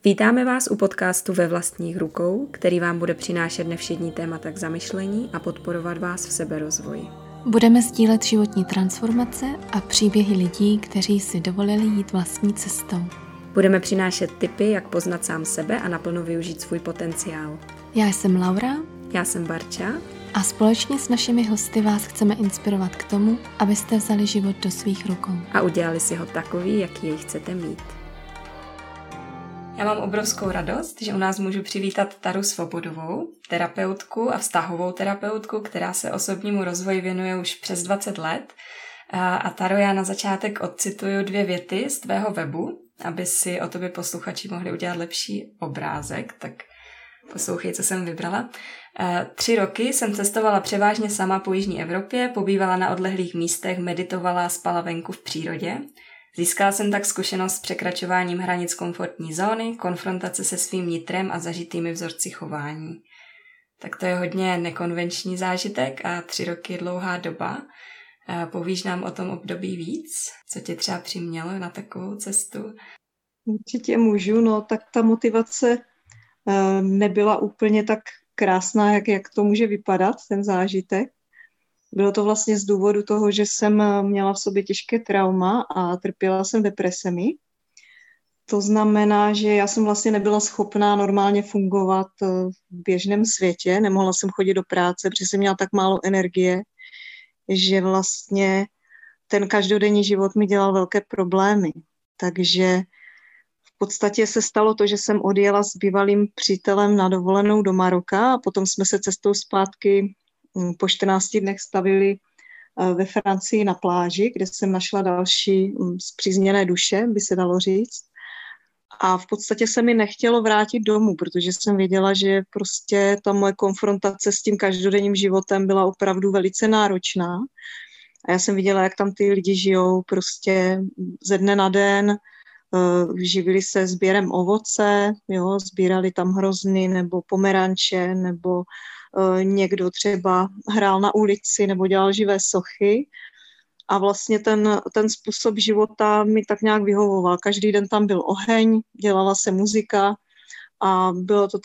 Vítáme vás u podcastu Ve vlastních rukou, který vám bude přinášet nevšední témata k zamyšlení a podporovat vás v seberozvoji. Budeme sdílet životní transformace a příběhy lidí, kteří si dovolili jít vlastní cestou. Budeme přinášet tipy, jak poznat sám sebe a naplno využít svůj potenciál. Já jsem Laura. Já jsem Barča. A společně s našimi hosty vás chceme inspirovat k tomu, abyste vzali život do svých rukou. A udělali si ho takový, jaký jej chcete mít. Já mám obrovskou radost, že u nás můžu přivítat Taru Svobodovou, terapeutku a vztahovou terapeutku, která se osobnímu rozvoji věnuje už přes 20 let. A Taro, já na začátek odcituju 2 věty z tvého webu, aby si o tobě posluchači mohli udělat lepší obrázek, tak poslouchej, co jsem vybrala. 3 roky jsem cestovala převážně sama po jižní Evropě, pobývala na odlehlých místech, meditovala a spala venku v přírodě. Získala jsem tak zkušenost s překračováním hranic komfortní zóny, konfrontace se svým nitrem a zažitými vzorci chování. Tak to je hodně nekonvenční zážitek a 3 roky je dlouhá doba. Povíš nám o tom období víc? Co tě třeba přimělo na takovou cestu? Určitě můžu, tak ta motivace nebyla úplně tak krásná, jak to může vypadat, ten zážitek. Bylo to vlastně z důvodu toho, že jsem měla v sobě těžké trauma a trpěla jsem depresemi. To znamená, že já jsem vlastně nebyla schopná normálně fungovat v běžném světě, nemohla jsem chodit do práce, protože jsem měla tak málo energie, že vlastně ten každodenní život mi dělal velké problémy. Takže v podstatě se stalo to, že jsem odjela s bývalým přítelem na dovolenou do Maroka a potom jsme se cestou zpátky po 14 dnech stavili ve Francii na pláži, kde jsem našla další spřízněné duše, by se dalo říct. A v podstatě se mi nechtělo vrátit domů, protože jsem věděla, že prostě ta moje konfrontace s tím každodenním životem byla opravdu velice náročná. A já jsem viděla, jak tam ty lidi žijou prostě ze dne na den, živili se sběrem ovoce, sbírali tam hrozny nebo pomeranče, nebo někdo třeba hrál na ulici nebo dělal živé sochy. A vlastně ten způsob života mi tak nějak vyhovoval. Každý den tam byl oheň, dělala se muzika a bylo to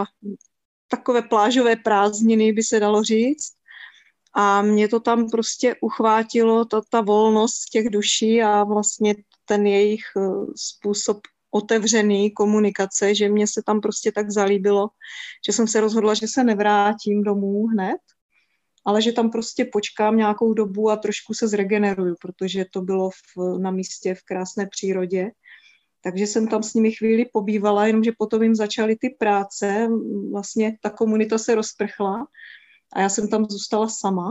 takové plážové prázdniny, by se dalo říct. A mě to tam prostě uchvátilo, ta volnost těch duší a vlastně ten jejich způsob otevřený komunikace, že mě se tam prostě tak zalíbilo, že jsem se rozhodla, že se nevrátím domů hned, ale že tam prostě počkám nějakou dobu a trošku se zregeneruju, protože to bylo na místě v krásné přírodě. Takže jsem tam s nimi chvíli pobývala, jenomže potom jim začaly ty práce, vlastně ta komunita se rozprchla a já jsem tam zůstala sama.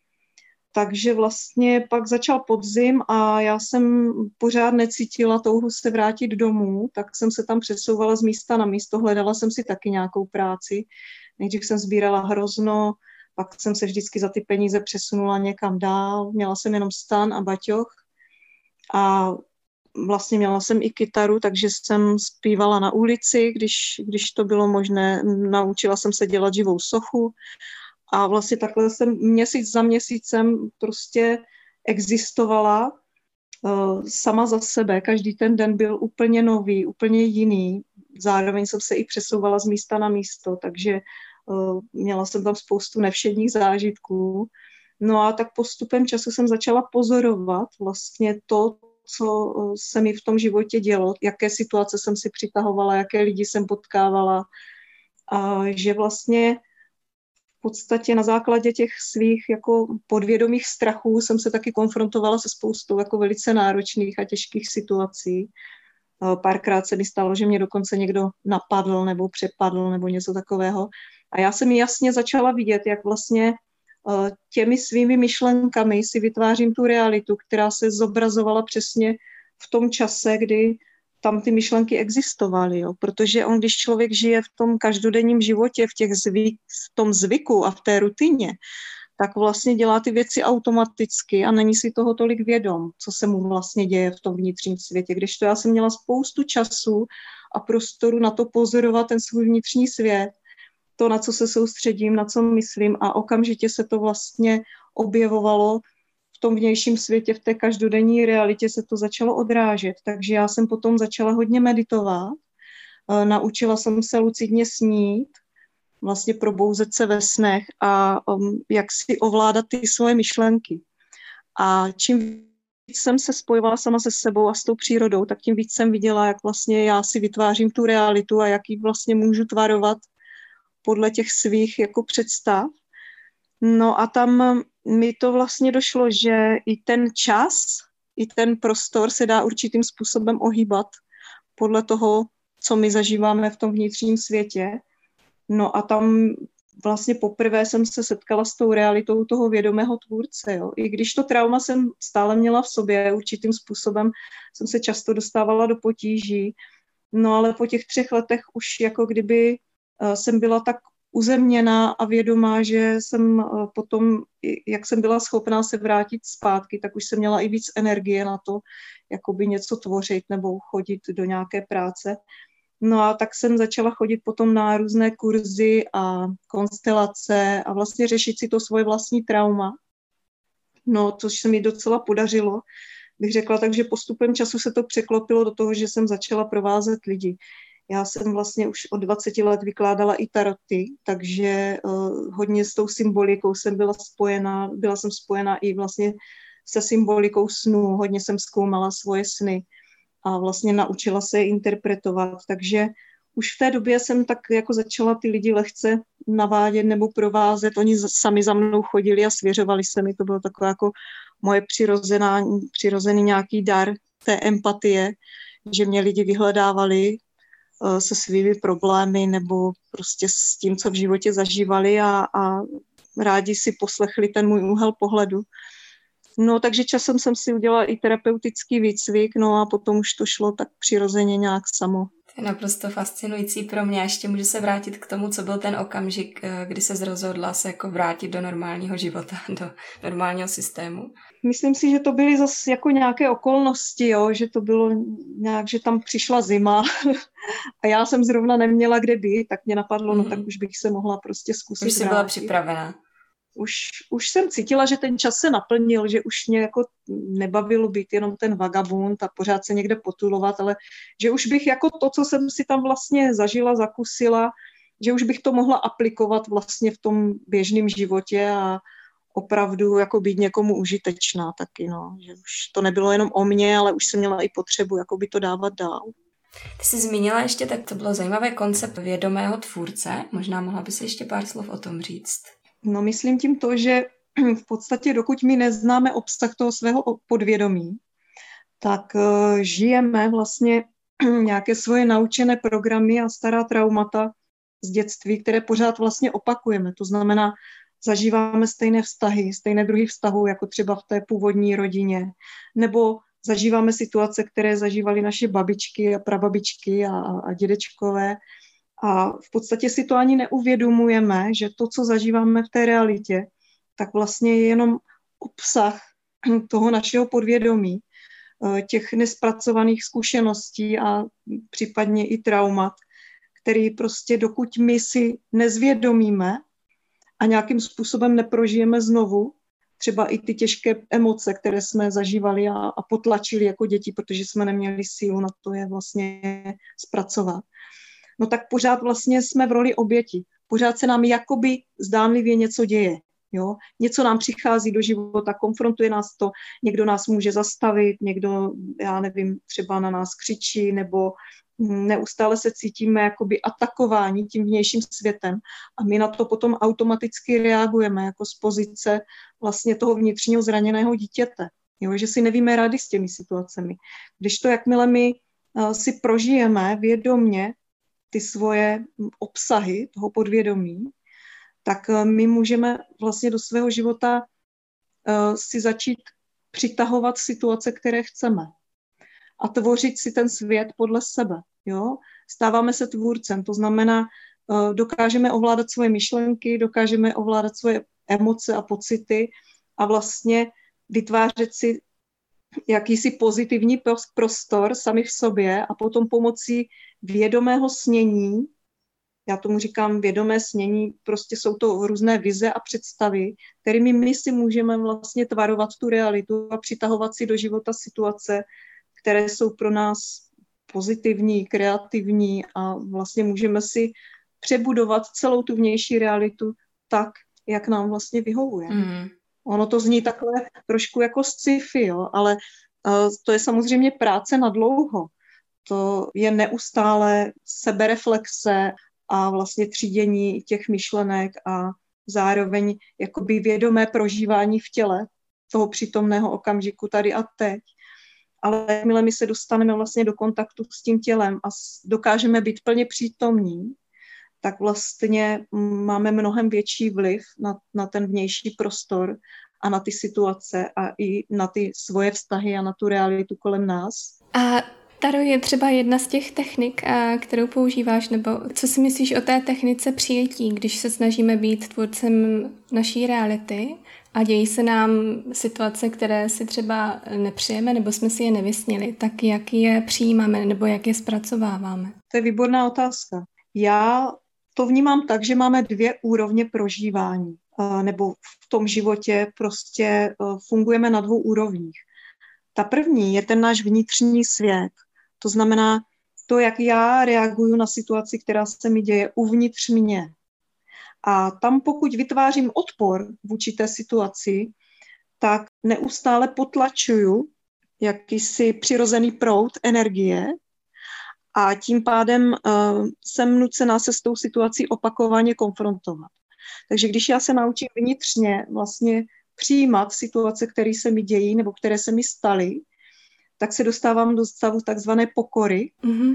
Takže vlastně pak začal podzim a já jsem pořád necítila touhu se vrátit domů, tak jsem se tam přesouvala z místa na místo, hledala jsem si taky nějakou práci. Nejdřív jsem sbírala hrozno, pak jsem se vždycky za ty peníze přesunula někam dál, měla jsem jenom stan a baťoch a vlastně měla jsem i kytaru, takže jsem zpívala na ulici, když to bylo možné, naučila jsem se dělat živou sochu. A vlastně takhle jsem měsíc za měsícem prostě existovala sama za sebe. Každý ten den byl úplně nový, úplně jiný. Zároveň jsem se i přesouvala z místa na místo, takže měla jsem tam spoustu nevšedních zážitků. No a tak postupem času jsem začala pozorovat vlastně to, co se mi v tom životě dělo, jaké situace jsem si přitahovala, jaké lidi jsem potkávala. A že vlastně v podstatě na základě těch svých jako podvědomých strachů jsem se taky konfrontovala se spoustou jako velice náročných a těžkých situací. Párkrát se mi stalo, že mě dokonce někdo napadl nebo přepadl nebo něco takového. A já jsem jasně začala vidět, jak vlastně těmi svými myšlenkami si vytvářím tu realitu, která se zobrazovala přesně v tom čase, kdy tam ty myšlenky existovaly, protože když člověk žije v tom každodenním životě, v tom zvyku a v té rutině, tak vlastně dělá ty věci automaticky a není si toho tolik vědom, co se mu vlastně děje v tom vnitřním světě. Kdežto já jsem měla spoustu času a prostoru na to pozorovat ten svůj vnitřní svět, to, na co se soustředím, na co myslím a okamžitě se to vlastně objevovalo v tom vnějším světě, v té každodenní realitě se to začalo odrážet. Takže já jsem potom začala hodně meditovat, Naučila jsem se lucidně snít, vlastně probouzet se ve snech a jak si ovládat ty svoje myšlenky. A čím víc jsem se spojovala sama se sebou a s tou přírodou, tak tím víc jsem viděla, jak vlastně já si vytvářím tu realitu a jak ji vlastně můžu tvarovat podle těch svých jako představ. No a tam mi to vlastně došlo, že i ten čas, i ten prostor se dá určitým způsobem ohýbat podle toho, co my zažíváme v tom vnitřním světě. No a tam vlastně poprvé jsem se setkala s tou realitou toho vědomého tvůrce. Jo. I když to trauma jsem stále měla v sobě, určitým způsobem jsem se často dostávala do potíží, no ale po těch 3 letech už jako kdyby jsem byla tak uzemněná a vědomá, že jsem potom, jak jsem byla schopná se vrátit zpátky, tak už jsem měla i víc energie na to, jakoby něco tvořit nebo chodit do nějaké práce. No a tak jsem začala chodit potom na různé kurzy a konstelace a vlastně řešit si to svoje vlastní trauma. No, což se mi docela podařilo, bych řekla, takže postupem času se to překlopilo do toho, že jsem začala provázet lidi. Já jsem vlastně už od 20 let vykládala i taroty, takže hodně s tou symbolikou jsem byla jsem spojená i vlastně se symbolikou snů, hodně jsem zkoumala svoje sny a vlastně naučila se je interpretovat, takže už v té době jsem tak jako začala ty lidi lehce navádět nebo provázet, oni sami za mnou chodili a svěřovali se mi, to bylo takové jako moje přirozený nějaký dar té empatie, že mě lidi vyhledávali se svými problémy nebo prostě s tím, co v životě zažívali a rádi si poslechli ten můj úhel pohledu. No, takže časem jsem si udělala i terapeutický výcvik, no a potom už to šlo tak přirozeně nějak samo. To je naprosto fascinující pro mě. Ještě můžu se vrátit k tomu, co byl ten okamžik, kdy se rozhodla se jako vrátit do normálního života, do normálního systému. Myslím si, že to byly zase jako nějaké okolnosti, jo? Že to bylo nějak, že tam přišla zima a já jsem zrovna neměla kde být, tak mě napadlo, no tak už bych se mohla prostě zkusit už jsi byla připravená. Už jsem cítila, že ten čas se naplnil, že už mě jako nebavilo být jenom ten vagabund a pořád se někde potulovat, ale že už bych jako to, co jsem si tam vlastně zažila, zakusila, že už bych to mohla aplikovat vlastně v tom běžném životě a opravdu jako být někomu užitečná taky, no. Že už to nebylo jenom o mně, ale už jsem měla i potřebu jako by to dávat dál. Ty jsi zmínila ještě, tak to bylo zajímavý koncept vědomého tvůrce. Možná mohla by si ještě pár slov o tom říct. No, myslím tím to, že v podstatě dokud my neznáme obsah toho svého podvědomí, tak žijeme vlastně nějaké svoje naučené programy a stará traumata z dětství, které pořád vlastně opakujeme. To znamená, zažíváme stejné vztahy, stejné druhy vztahů, jako třeba v té původní rodině, nebo zažíváme situace, které zažívaly naše babičky a prababičky a dědečkové. A v podstatě si to ani neuvědomujeme, že to, co zažíváme v té realitě, tak vlastně je jenom obsah toho našeho podvědomí, těch nespracovaných zkušeností a případně i traumat, který prostě dokud my si nezvědomíme a nějakým způsobem neprožijeme znovu, třeba i ty těžké emoce, které jsme zažívali a potlačili jako děti, protože jsme neměli sílu na to je vlastně zpracovat. No tak pořád vlastně jsme v roli oběti. Pořád se nám jakoby zdánlivě něco děje. Jo? Něco nám přichází do života, konfrontuje nás to, někdo nás může zastavit, někdo, já nevím, třeba na nás křičí, nebo neustále se cítíme jakoby atakováni tím vnějším světem a my na to potom automaticky reagujeme jako z pozice vlastně toho vnitřního zraněného dítěte. Jo? Že si nevíme rady s těmi situacemi. Když to, jakmile my si prožijeme vědomě ty svoje obsahy toho podvědomí, tak my můžeme vlastně do svého života si začít přitahovat situace, které chceme a tvořit si ten svět podle sebe. Jo? Stáváme se tvůrcem, to znamená, dokážeme ovládat svoje myšlenky, dokážeme ovládat svoje emoce a pocity a vlastně vytvářet si jakýsi pozitivní prostor sami v sobě a potom pomocí vědomého snění, já tomu říkám vědomé snění, prostě jsou to různé vize a představy, kterými my si můžeme vlastně tvarovat tu realitu a přitahovat si do života situace, které jsou pro nás pozitivní, kreativní a vlastně můžeme si přebudovat celou tu vnější realitu tak, jak nám vlastně vyhovuje. Ono to zní takhle trošku jako sci-fi, jo, ale to je samozřejmě práce na dlouho. To je neustále sebereflexe a vlastně třídění těch myšlenek a zároveň jakoby vědomé prožívání v těle toho přítomného okamžiku tady a teď. Ale jakmile my se dostaneme vlastně do kontaktu s tím tělem a dokážeme být plně přítomní, tak vlastně máme mnohem větší vliv na ten vnější prostor a na ty situace a i na ty svoje vztahy a na tu realitu kolem nás. A Taro je třeba jedna z těch technik, kterou používáš, nebo co si myslíš o té technice přijetí, když se snažíme být tvůrcem naší reality a dějí se nám situace, které si třeba nepřejeme nebo jsme si je nevysnili, tak jak je přijímáme nebo jak je zpracováváme? To je výborná otázka. Já to vnímám tak, že máme 2 úrovně prožívání, nebo v tom životě prostě fungujeme na 2 úrovních. Ta první je ten náš vnitřní svět. To znamená to, jak já reaguju na situaci, která se mi děje uvnitř mě. A tam, pokud vytvářím odpor vůči té situaci, tak neustále potlačuju jakýsi přirozený proud energie a tím pádem jsem nucená se s tou situací opakovaně konfrontovat. Takže když já se naučím vnitřně vlastně přijímat situace, které se mi dějí nebo které se mi staly, tak se dostávám do stavu takzvané pokory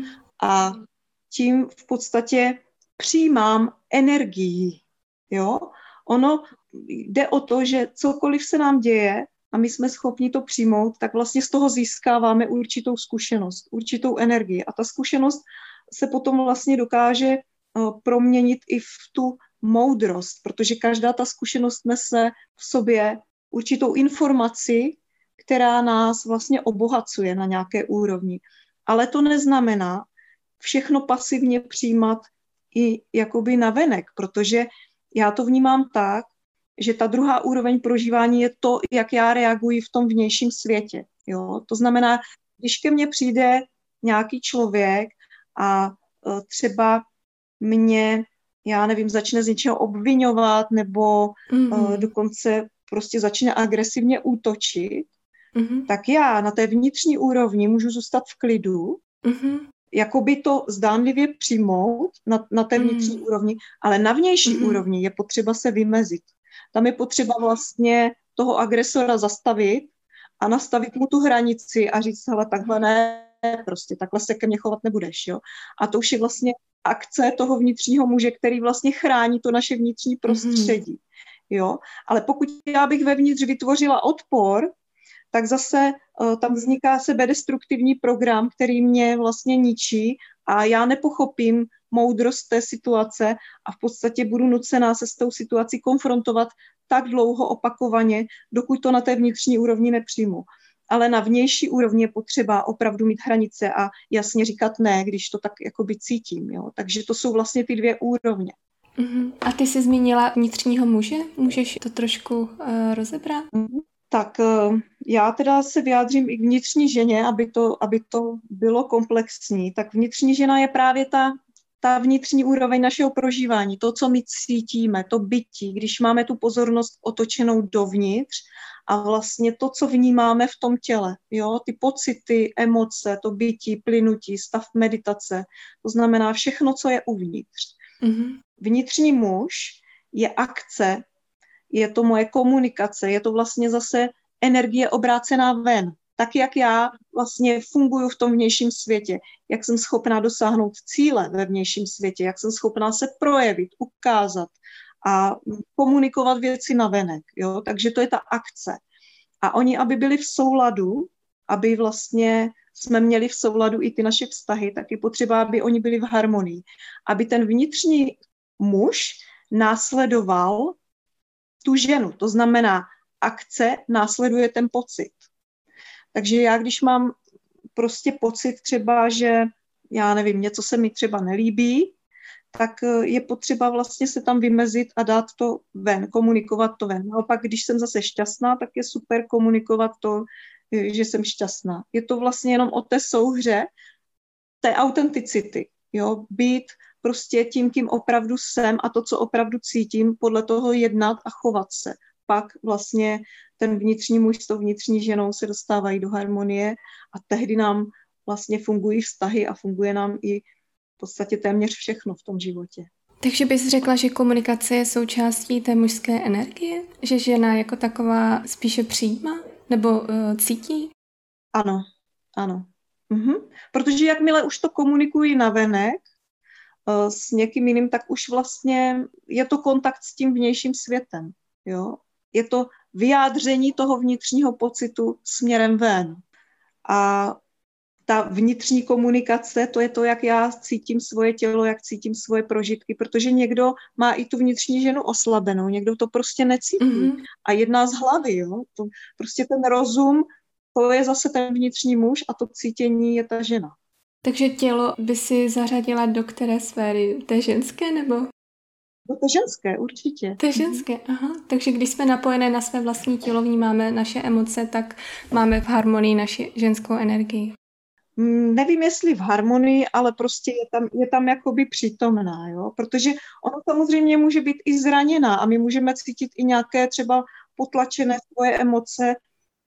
a tím v podstatě přijímám energii. Jo? Ono jde o to, že cokoliv se nám děje a my jsme schopni to přijmout, tak vlastně z toho získáváme určitou zkušenost, určitou energii. A ta zkušenost se potom vlastně dokáže proměnit i v tu moudrost, protože každá ta zkušenost nese v sobě určitou informaci, která nás vlastně obohacuje na nějaké úrovni. Ale to neznamená všechno pasivně přijímat i jakoby navenek, protože já to vnímám tak, že ta druhá úroveň prožívání je to, jak já reaguji v tom vnějším světě. Jo? To znamená, když ke mně přijde nějaký člověk a třeba mě, já nevím, začne z něčeho obviňovat nebo dokonce prostě začne agresivně útočit, tak já na té vnitřní úrovni můžu zůstat v klidu, jakoby to zdánlivě přijmout na té vnitřní úrovni, ale na vnější úrovni je potřeba se vymezit. Tam je potřeba vlastně toho agresora zastavit a nastavit mu tu hranici a říct, hele, takhle ne, prostě takhle se ke mně chovat nebudeš, jo. A to už je vlastně akce toho vnitřního muže, který vlastně chrání to naše vnitřní prostředí, jo. Ale pokud já bych vevnitř vytvořila odpor, tak zase tam vzniká sebedestruktivní program, který mě vlastně ničí a já nepochopím moudrost té situace a v podstatě budu nucená se s tou situací konfrontovat tak dlouho opakovaně, dokud to na té vnitřní úrovni nepřijmu. Ale na vnější úrovni je potřeba opravdu mít hranice a jasně říkat ne, když to tak jakoby cítím. Jo? Takže to jsou vlastně ty 2 úrovně. A ty jsi zmínila vnitřního muže? Můžeš to trošku rozebrat? Tak já teda se vyjádřím i k vnitřní ženě, aby to bylo komplexní. Tak vnitřní žena je právě ta vnitřní úroveň našeho prožívání, to, co my cítíme, to bytí, když máme tu pozornost otočenou dovnitř a vlastně to, co vnímáme v tom těle, jo, ty pocity, emoce, to bytí, plynutí, stav meditace, to znamená všechno, co je uvnitř. Vnitřní muž je akce, je to moje komunikace, je to vlastně zase energie obrácená ven. Tak, jak já vlastně funguju v tom vnějším světě, jak jsem schopná dosáhnout cíle ve vnějším světě, jak jsem schopná se projevit, ukázat a komunikovat věci navenek. Jo? Takže to je ta akce. A oni, aby byli v souladu, aby vlastně jsme měli v souladu i ty naše vztahy, tak je potřeba, aby oni byli v harmonii. Aby ten vnitřní muž následoval tu ženu. To znamená, akce následuje ten pocit. Takže já, když mám prostě pocit třeba, že já nevím, něco se mi třeba nelíbí, tak je potřeba vlastně se tam vymezit a dát to ven, komunikovat to ven. Naopak, když jsem zase šťastná, tak je super komunikovat to, že jsem šťastná. Je to vlastně jenom o té souhře té autenticity, jo, být prostě tím, kým opravdu jsem a to, co opravdu cítím, podle toho jednat a chovat se. Pak vlastně ten vnitřní muž s tou vnitřní ženou se dostávají do harmonie a tehdy nám vlastně fungují vztahy a funguje nám i v podstatě téměř všechno v tom životě. Takže bys řekla, že komunikace je součástí té mužské energie? Že žena jako taková spíše přijímá nebo cítí? Ano, ano. Protože jakmile už to komunikují navenek s někým jiným, tak už vlastně je to kontakt s tím vnějším světem. Jo? Je to vyjádření toho vnitřního pocitu směrem ven. A ta vnitřní komunikace, to je to, jak já cítím svoje tělo, jak cítím svoje prožitky, protože někdo má i tu vnitřní ženu oslabenou, někdo to prostě necítí a jedná z hlavy, jo. To, prostě ten rozum, to je zase ten vnitřní muž a to cítění je ta žena. Takže tělo by si zařadila do které sféry? Té ženské nebo? Do té ženské, určitě. Té ženské, aha. Takže když jsme napojené na své vlastní tělo, vnímáme naše emoce, tak máme v harmonii naši ženskou energii. Nevím, jestli v harmonii, ale prostě je tam jakoby přítomná, jo? Protože ono samozřejmě může být i zraněná a my můžeme cítit i nějaké třeba potlačené svoje emoce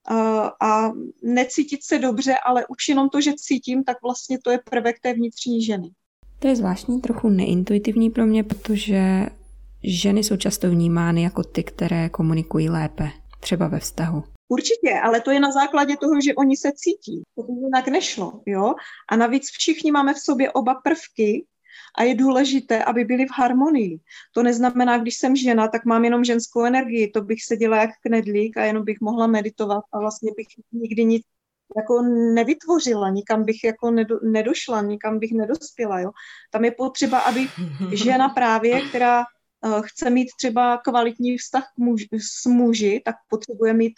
a necítit se dobře, ale už jenom to, že cítím, tak vlastně to je prvek té vnitřní ženy. To je zvláštní, trochu neintuitivní pro mě, protože ženy jsou často vnímány jako ty, které komunikují lépe, třeba ve vztahu. Určitě, ale to je na základě toho, že oni se cítí. To by jinak nešlo, jo? A navíc všichni máme v sobě oba prvky a je důležité, aby byly v harmonii. To neznamená, když jsem žena, tak mám jenom ženskou energii. To bych seděla jak knedlík a jenom bych mohla meditovat a vlastně bych nikdy nic jako nevytvořila, nikam bych jako nedošla, nikam bych nedospěla, jo? Tam je potřeba, aby žena právě, která chce mít třeba kvalitní vztah s muži, tak potřebuje mít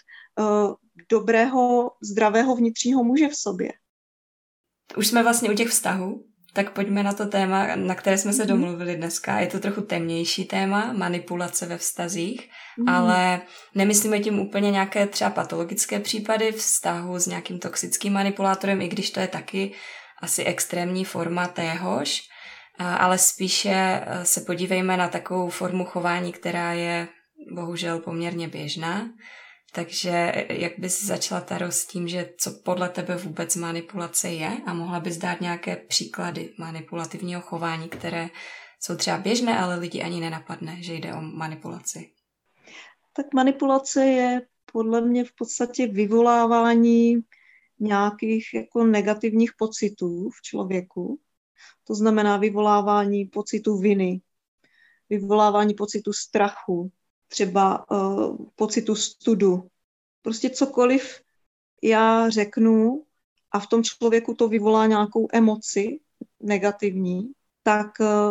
dobrého, zdravého vnitřního muže v sobě. Už jsme vlastně u těch vztahů, tak pojďme na to téma, na které jsme se domluvili dneska. Je to trochu temnější téma, manipulace ve vztazích, ale nemyslíme tím úplně nějaké třeba patologické případy vztahu s nějakým toxickým manipulátorem, i když to je taky asi extrémní forma téhož, ale spíše se podívejme na takovou formu chování, která je bohužel poměrně běžná. Takže jak bys začala, Taro, s tím, že co podle tebe vůbec manipulace je a mohla bys dát nějaké příklady manipulativního chování, které jsou třeba běžné, ale lidi ani nenapadne, že jde o manipulaci. Tak manipulace je podle mě v podstatě vyvolávání nějakých jako negativních pocitů v člověku. To znamená vyvolávání pocitu viny, vyvolávání pocitu strachu, třeba pocitu studu. Prostě cokoliv já řeknu a v tom člověku to vyvolá nějakou emoci negativní, tak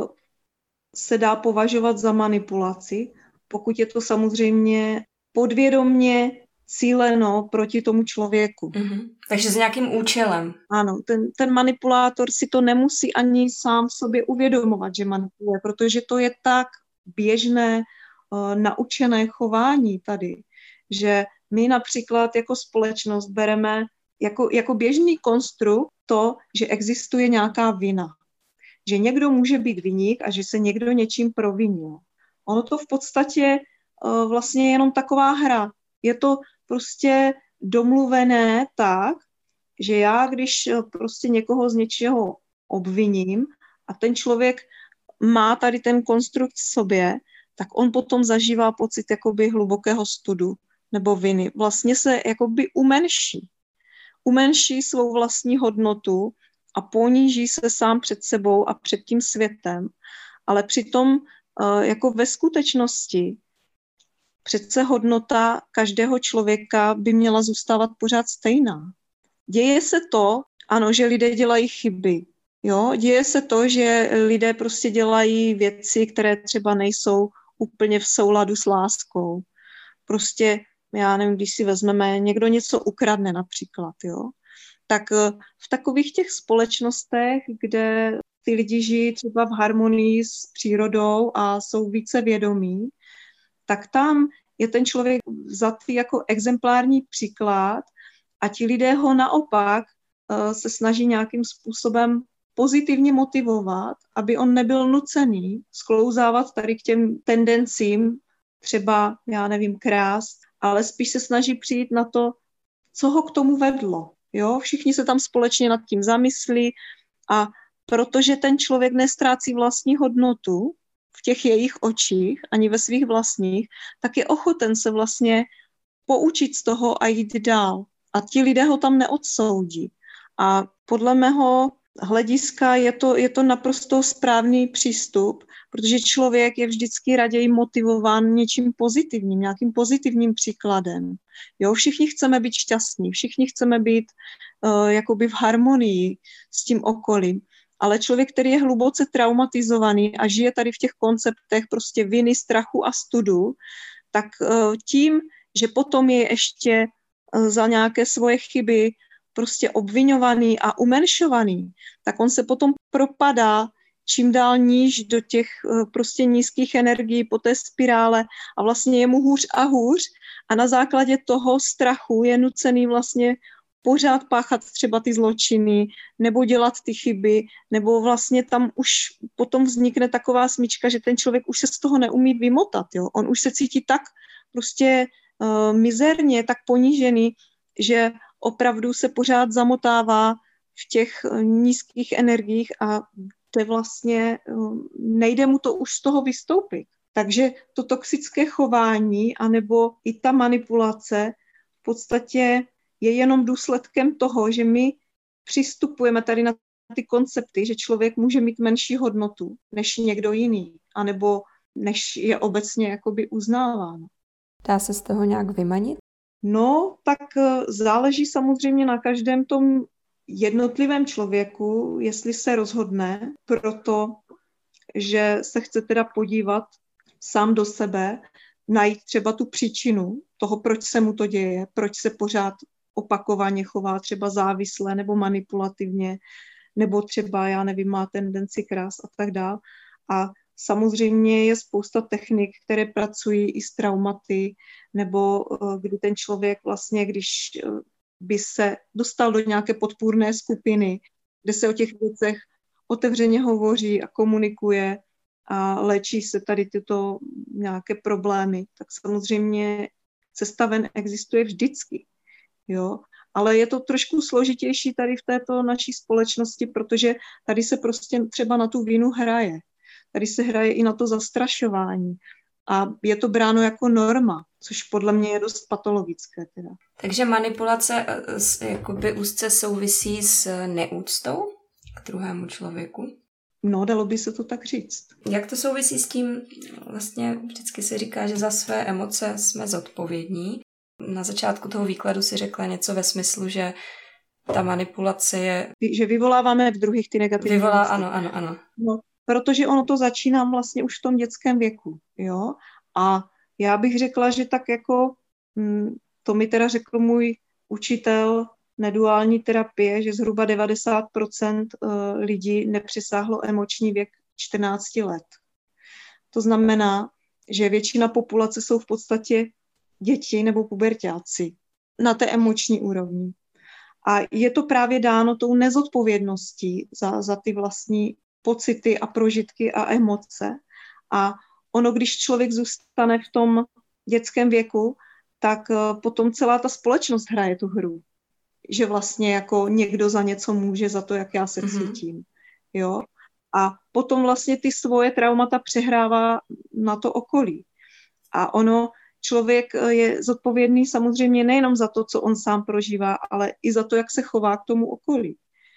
se dá považovat za manipulaci, pokud je to samozřejmě podvědomně cíleno proti tomu člověku. Takže s nějakým účelem. Ano, ten manipulátor si to nemusí ani sám sobě uvědomovat, že manipuluje, protože to je tak běžné, naučené chování tady, že my například jako společnost bereme jako běžný konstrukt to, že existuje nějaká vina. Že někdo může být viník a že se někdo něčím provinil. Ono to v podstatě vlastně je jenom taková hra. Je to prostě domluvené tak, že já, když prostě někoho z něčeho obviním a ten člověk má tady ten konstrukt v sobě, tak on potom zažívá pocit jakoby hlubokého studu nebo viny. Vlastně se jakoby umenší svou vlastní hodnotu a poníží se sám před sebou a před tím světem. Ale přitom jako ve skutečnosti přece hodnota každého člověka by měla zůstávat pořád stejná. Děje se to, ano, že lidé dělají chyby. Jo? Děje se to, že lidé prostě dělají věci, které třeba nejsou úplně v souladu s láskou. Prostě, já nevím, když si vezmeme, někdo něco ukradne například, jo? Tak v takových těch společnostech, kde ty lidi žijí třeba v harmonii s přírodou a jsou více vědomí, tak tam je ten člověk vzatý jako exemplární příklad a ti lidé ho naopak se snaží nějakým způsobem pozitivně motivovat, aby on nebyl nucený sklouzávat tady k těm tendencím, třeba, já nevím, krást, ale spíš se snaží přijít na to, co ho k tomu vedlo. Jo? Všichni se tam společně nad tím zamyslí a protože ten člověk nestrácí vlastní hodnotu v těch jejich očích, ani ve svých vlastních, tak je ochoten se vlastně poučit z toho a jít dál. A ti lidé ho tam neodsoudí. A podle mého hlediska je to naprosto správný přístup, protože člověk je vždycky raději motivován něčím pozitivním, nějakým pozitivním příkladem. Jo, všichni chceme být šťastní, všichni chceme být jakoby v harmonii s tím okolím. Ale člověk, který je hluboce traumatizovaný a žije tady v těch konceptech prostě viny, strachu a studu, tak tím, že potom je ještě za nějaké svoje chyby prostě obviňovaný a umenšovaný, tak on se potom propadá čím dál níž do těch prostě nízkých energií po té spirále a vlastně je mu hůř a hůř a na základě toho strachu je nucený vlastně pořád páchat třeba ty zločiny nebo dělat ty chyby, nebo vlastně tam už potom vznikne taková smyčka, že ten člověk už se z toho neumí vymotat. Jo? On už se cítí tak prostě mizerně, tak ponížený, že opravdu se pořád zamotává v těch nízkých energiích a to vlastně nejde mu to už z toho vystoupit. Takže to toxické chování anebo i ta manipulace v podstatě je jenom důsledkem toho, že my přistupujeme tady na ty koncepty, že člověk může mít menší hodnotu než někdo jiný, anebo než je obecně jakoby uznáváno. Dá se z toho nějak vymanit? No, tak záleží samozřejmě na každém tom jednotlivém člověku, jestli se rozhodne proto, že se chce teda podívat sám do sebe, najít třeba tu příčinu toho, proč se mu to děje, proč se pořád opakovaně chová třeba závisle nebo manipulativně, nebo třeba, já nevím, má tendenci krást a tak dále. A samozřejmě je spousta technik, které pracují i s traumaty, nebo kdy ten člověk vlastně, když by se dostal do nějaké podpůrné skupiny, kde se o těch věcech otevřeně hovoří a komunikuje a léčí se tady tyto nějaké problémy, tak samozřejmě cesta ven existuje vždycky. Jo? Ale je to trošku složitější tady v této naší společnosti, protože tady se prostě třeba na tu vinu hraje. Tady se hraje i na to zastrašování. A je to bráno jako norma, což podle mě je dost patologické. Teda. Takže manipulace jakoby úzce souvisí s neúctou k druhému člověku? No, dalo by se to tak říct. Jak to souvisí s tím, vlastně vždycky se říká, že za své emoce jsme zodpovědní. Na začátku toho výkladu si řekla něco ve smyslu, že ta manipulace je... Že vyvoláváme v druhých ty negativní Ano. No, protože ono to začíná vlastně už v tom dětském věku, jo. A já bych řekla, že tak jako, to mi teda řekl můj učitel neduální terapie, že zhruba 90% lidí nepřesáhlo emoční věk 14 let. To znamená, že většina populace jsou v podstatě děti nebo puberťáci na té emoční úrovni. A je to právě dáno tou nezodpovědností za ty vlastní pocity a prožitky a emoce. A ono, když člověk zůstane v tom dětském věku, tak potom celá ta společnost hraje tu hru. Že vlastně jako někdo za něco může, za to, jak já se cítím. Jo? A potom vlastně ty svoje traumata přehrává na to okolí. A ono, člověk je zodpovědný samozřejmě nejenom za to, co on sám prožívá, ale i za to, jak se chová k tomu okolí.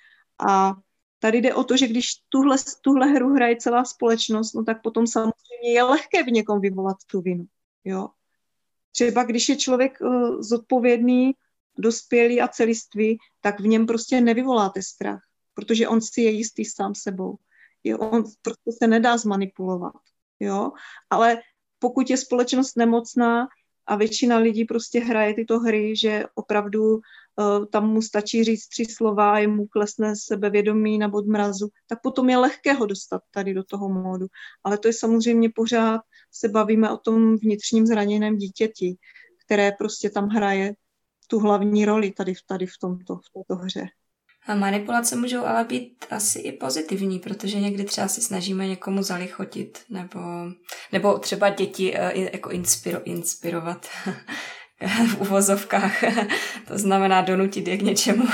A tady jde o to, že když tuhle hru hraje celá společnost, no tak potom samozřejmě je lehké v někom vyvolat tu vinu. Jo? Třeba když je člověk zodpovědný, dospělý a celistvý, tak v něm prostě nevyvoláte strach, protože on si je jistý sám sebou. Jo? On prostě se nedá zmanipulovat. Jo? Ale pokud je společnost nemocná a většina lidí prostě hraje tyto hry, že opravdu tam mu stačí říct 3 slova a jemu klesne sebevědomí na bod mrazu, tak potom je lehké ho dostat tady do toho módu. Ale to je samozřejmě pořád, se bavíme o tom vnitřním zraněném dítěti, které prostě tam hraje tu hlavní roli tady v této hře. A manipulace můžou ale být asi i pozitivní, protože někdy třeba si snažíme někomu zalichotit, nebo třeba děti jako inspirovat v uvozovkách. To znamená donutit je k něčemu.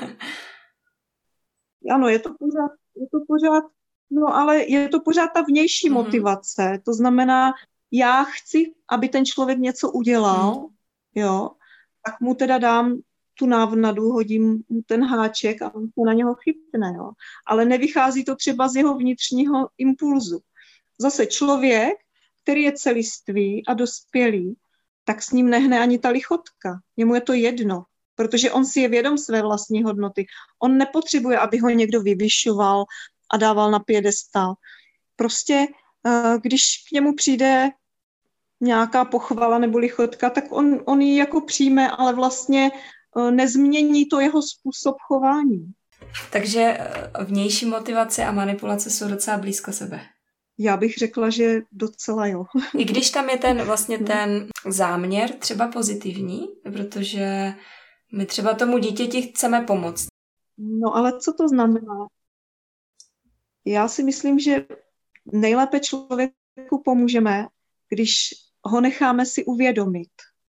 Ano, je to pořád, no ale je to pořád ta vnější motivace. To znamená, já chci, aby ten člověk něco udělal, jo, tak mu teda dám tu návnadu, hodím mu ten háček a on se na něho chytne, jo. Ale nevychází to třeba z jeho vnitřního impulzu. Zase člověk, který je celistvý a dospělý, tak s ním nehne ani ta lichotka. Jemu je to jedno, protože on si je vědom své vlastní hodnoty. On nepotřebuje, aby ho někdo vyvyšoval a dával na piedestal. Prostě, když k němu přijde nějaká pochvala nebo lichotka, tak on ji jako přijme, ale vlastně nezmění to jeho způsob chování. Takže vnější motivace a manipulace jsou docela blízko sebe. Já bych řekla, že docela jo. I když tam je ten záměr třeba pozitivní, protože my třeba tomu dítěti chceme pomoct. No ale co to znamená? Já si myslím, že nejlépe člověku pomůžeme, když ho necháme si uvědomit,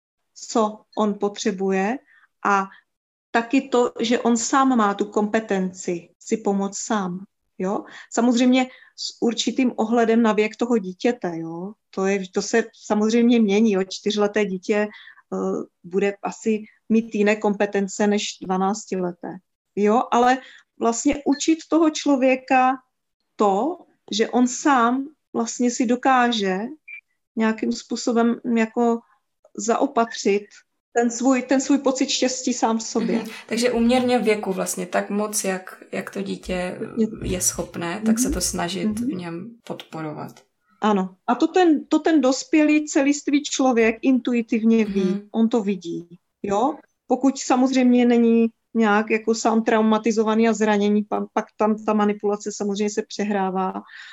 co on potřebuje a taky to, že on sám má tu kompetenci si pomoct sám. Jo? Samozřejmě s určitým ohledem na věk toho dítěte. Jo? To se samozřejmě mění. Jo? 4leté dítě bude asi mít jiné kompetence než 12leté. Jo? Ale vlastně učit toho člověka to, že on sám vlastně si dokáže nějakým způsobem jako zaopatřit ten svůj pocit štěstí sám v sobě. Takže uměrně věku vlastně tak moc, jak to dítě je schopné, tak se to snažit v něm podporovat. Ano. A to ten dospělý celistvý člověk intuitivně ví. On to vidí. Jo? Pokud samozřejmě není nějak jako sám traumatizovaný a zranění, pak tam ta manipulace samozřejmě se přehrává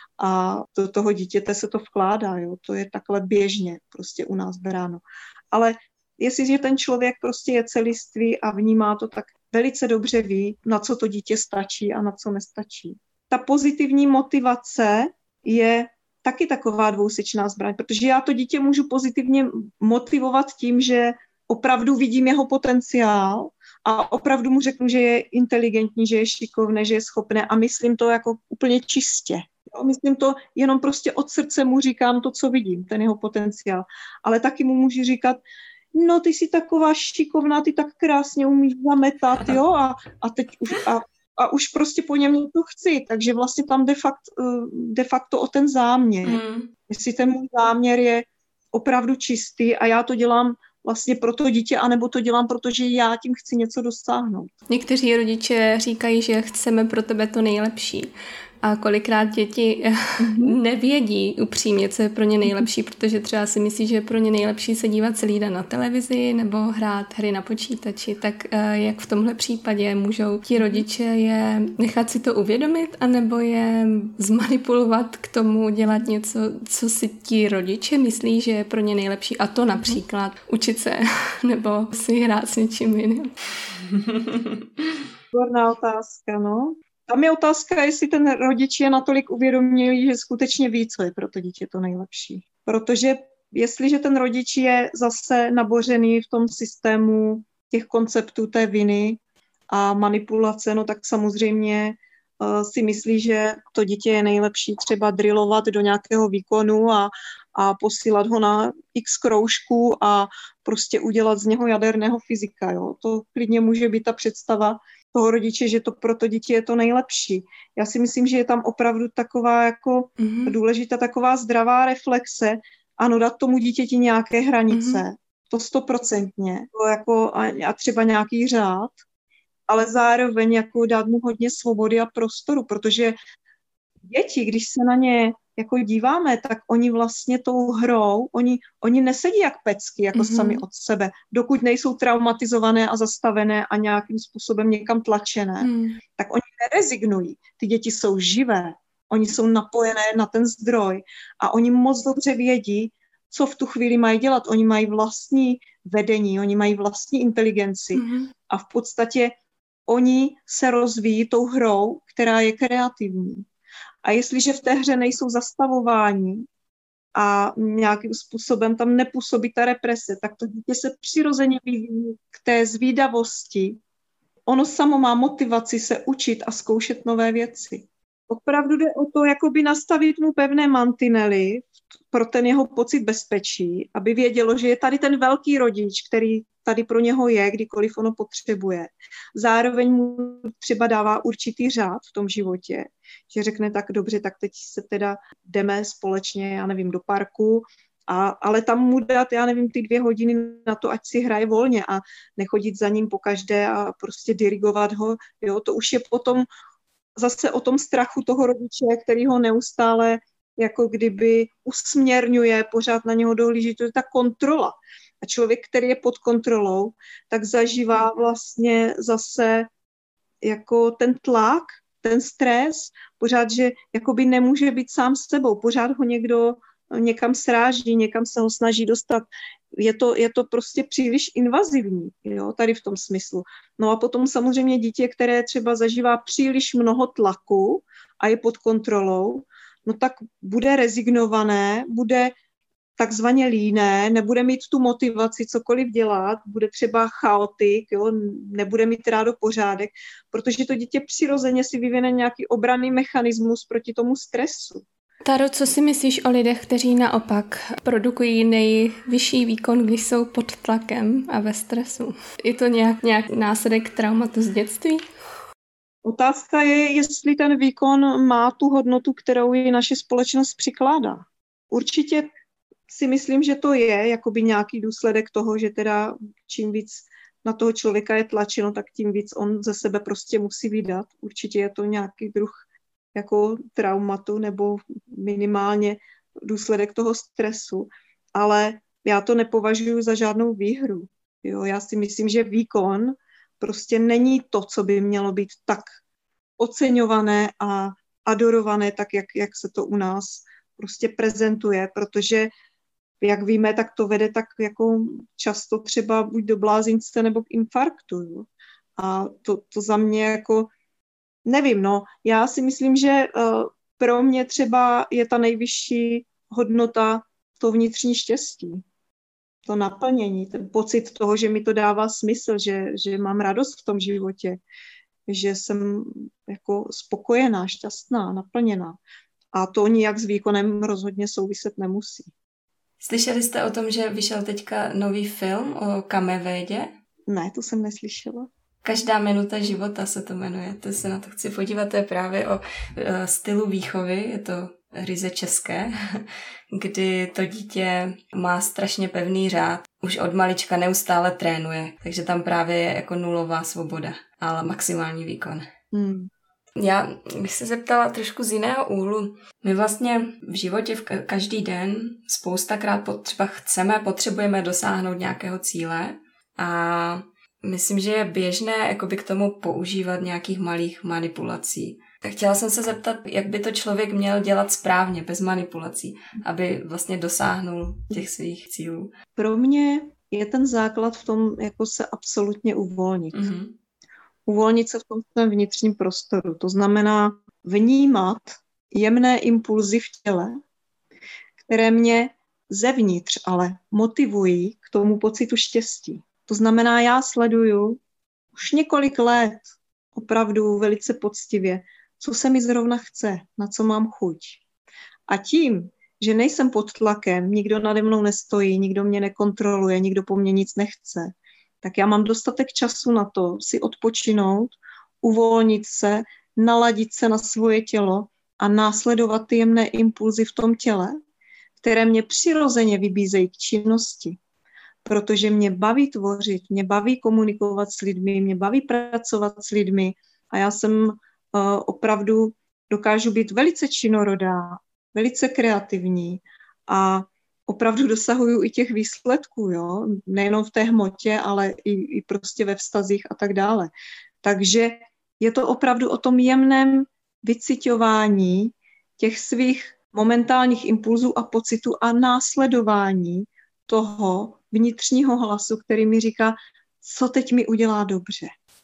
a do toho dítěte se to vkládá. Jo? To je takhle běžně prostě u nás bráno. Ale jestliže ten člověk prostě je celistvý a vnímá to, tak velice dobře ví, na co to dítě stačí a na co nestačí. Ta pozitivní motivace je taky taková dvousečná zbraň, protože já to dítě můžu pozitivně motivovat tím, že opravdu vidím jeho potenciál a opravdu mu řeknu, že je inteligentní, že je šikovné, že je schopné a myslím to jako úplně čistě. Myslím to jenom prostě od srdce mu říkám to, co vidím, ten jeho potenciál. Ale taky mu můžu říkat, no ty jsi taková šikovná, ty tak krásně umíš zametat, jo, a teď už prostě po něm to chci, takže vlastně tam de facto o ten záměr. Jestli ten můj záměr je opravdu čistý a já to dělám vlastně pro to dítě, anebo to dělám, protože já tím chci něco dosáhnout. Někteří rodiče říkají, že chceme pro tebe to nejlepší. A kolikrát děti nevědí upřímně, co je pro ně nejlepší, protože třeba si myslí, že je pro ně nejlepší se dívat celý den na televizi nebo hrát hry na počítači. Tak jak v tomhle případě můžou ti rodiče je nechat si to uvědomit, anebo je zmanipulovat k tomu dělat něco, co si ti rodiče myslí, že je pro ně nejlepší, a to například učit se nebo si hrát s něčím jiným. Výborná otázka, no. Tam je otázka, jestli ten rodič je natolik uvědomilý, že skutečně ví, co je pro to dítě to nejlepší. Protože jestliže ten rodič je zase nabořený v tom systému těch konceptů té viny a manipulace, no tak samozřejmě si myslí, že to dítě je nejlepší třeba drillovat do nějakého výkonu a posílat ho na x kroužků a prostě udělat z něho jaderného fyzika. Jo? To klidně může být ta představa toho rodiče, že to pro to dítě je to nejlepší. Já si myslím, že je tam opravdu taková jako důležitá taková zdravá reflexe, ano, dát tomu dítěti nějaké hranice, to 100%, to jako a třeba nějaký řád, ale zároveň jako dát mu hodně svobody a prostoru, protože děti, když se na ně jako díváme, tak oni vlastně tou hrou, oni nesedí jak pecky, jako sami od sebe, dokud nejsou traumatizované a zastavené a nějakým způsobem někam tlačené, tak oni nerezignují. Ty děti jsou živé, oni jsou napojené na ten zdroj a oni moc dobře vědí, co v tu chvíli mají dělat. Oni mají vlastní vedení, oni mají vlastní inteligenci a v podstatě oni se rozvíjí tou hrou, která je kreativní. A jestliže v té hře nejsou zastavováni a nějakým způsobem tam nepůsobí ta represe, tak to dítě se přirozeně vyvíjí k té zvídavosti. Ono samo má motivaci se učit a zkoušet nové věci. Opravdu jde o to, jakoby nastavit mu pevné mantinely pro ten jeho pocit bezpečí, aby vědělo, že je tady ten velký rodič, který tady pro něho je, kdykoliv ono potřebuje. Zároveň mu třeba dává určitý řád v tom životě, že řekne tak dobře, tak teď se teda jdeme společně, já nevím, do parku, ale tam mu dát, já nevím, ty 2 hodiny na to, ať si hraje volně a nechodit za ním pokaždé a prostě dirigovat ho. Jo, to už je potom zase o tom strachu toho rodiče, který ho neustále jako kdyby usměrňuje, pořád na něho dohlíží, to je ta kontrola. A člověk, který je pod kontrolou, tak zažívá vlastně zase jako ten tlak, ten stres, pořád, že jakoby nemůže být sám s sebou, pořád ho někdo někam sráží, někam se ho snaží dostat. Je to prostě příliš invazivní, jo, tady v tom smyslu. No a potom samozřejmě dítě, které třeba zažívá příliš mnoho tlaku a je pod kontrolou, no tak bude rezignované, bude takzvaně líné, nebude mít tu motivaci cokoliv dělat, bude třeba chaotik, jo, nebude mít rádo pořádek, protože to dítě přirozeně si vyvine nějaký obranný mechanismus proti tomu stresu. Taro, co si myslíš o lidech, kteří naopak produkují nejvyšší výkon, když jsou pod tlakem a ve stresu? Je to nějak následek traumatu z dětství? Otázka je, jestli ten výkon má tu hodnotu, kterou ji naše společnost přikládá. Určitě si myslím, že to je jakoby nějaký důsledek toho, že teda čím víc na toho člověka je tlačeno, tak tím víc on ze sebe prostě musí vydat. Určitě je to nějaký druh jako traumatu nebo minimálně důsledek toho stresu, ale já to nepovažuji za žádnou výhru. Jo, já si myslím, že výkon prostě není to, co by mělo být tak oceňované a adorované, tak jak se to u nás prostě prezentuje, protože jak víme, tak to vede tak jako často třeba buď do blázince nebo k infarktu. Jo. A to za mě jako nevím, no. Já si myslím, že pro mě třeba je ta nejvyšší hodnota to vnitřní štěstí, to naplnění, ten pocit toho, že mi to dává smysl, že mám radost v tom životě, že jsem jako spokojená, šťastná, naplněná. A to nijak s výkonem rozhodně souviset nemusí. Slyšeli jste o tom, že vyšel teďka nový film o Kamevédě? Ne, to jsem neslyšela. Každá minuta života se to jmenuje, to se na to chci podívat, to je právě o stylu výchovy, je to ryze české, kdy to dítě má strašně pevný řád, už od malička neustále trénuje, takže tam právě je jako nulová svoboda, ale maximální výkon. Já bych se zeptala trošku z jiného úhlu. My vlastně v životě každý den spoustakrát třeba potřebujeme dosáhnout nějakého cíle a myslím, že je běžné jakoby k tomu používat nějakých malých manipulací. Tak chtěla jsem se zeptat, jak by to člověk měl dělat správně, bez manipulací, aby vlastně dosáhnul těch svých cílů. Pro mě je ten základ v tom, jako se absolutně uvolnit. Mm-hmm. Uvolnit se v tom svém vnitřním prostoru. To znamená vnímat jemné impulzy v těle, které mě zevnitř ale motivují k tomu pocitu štěstí. To znamená, já sleduju už několik let opravdu velice poctivě, co se mi zrovna chce, na co mám chuť. A tím, že nejsem pod tlakem, nikdo nade mnou nestojí, nikdo mě nekontroluje, nikdo po mně nic nechce, tak já mám dostatek času na to si odpočinout, uvolnit se, naladit se na svoje tělo a následovat ty jemné impulzy v tom těle, které mě přirozeně vybízejí k činnosti. Protože mě baví tvořit, mě baví komunikovat s lidmi, mě baví pracovat s lidmi a já jsem opravdu dokážu být velice činorodá, velice kreativní a opravdu dosahuju i těch výsledků, jo? Nejenom v té hmotě, ale i prostě ve vztazích a tak dále. Takže je to opravdu o tom jemném vyciťování těch svých momentálních impulzů a pocitů a následování toho vnitřního hlasu, který mi říká, co teď mi udělá dobře.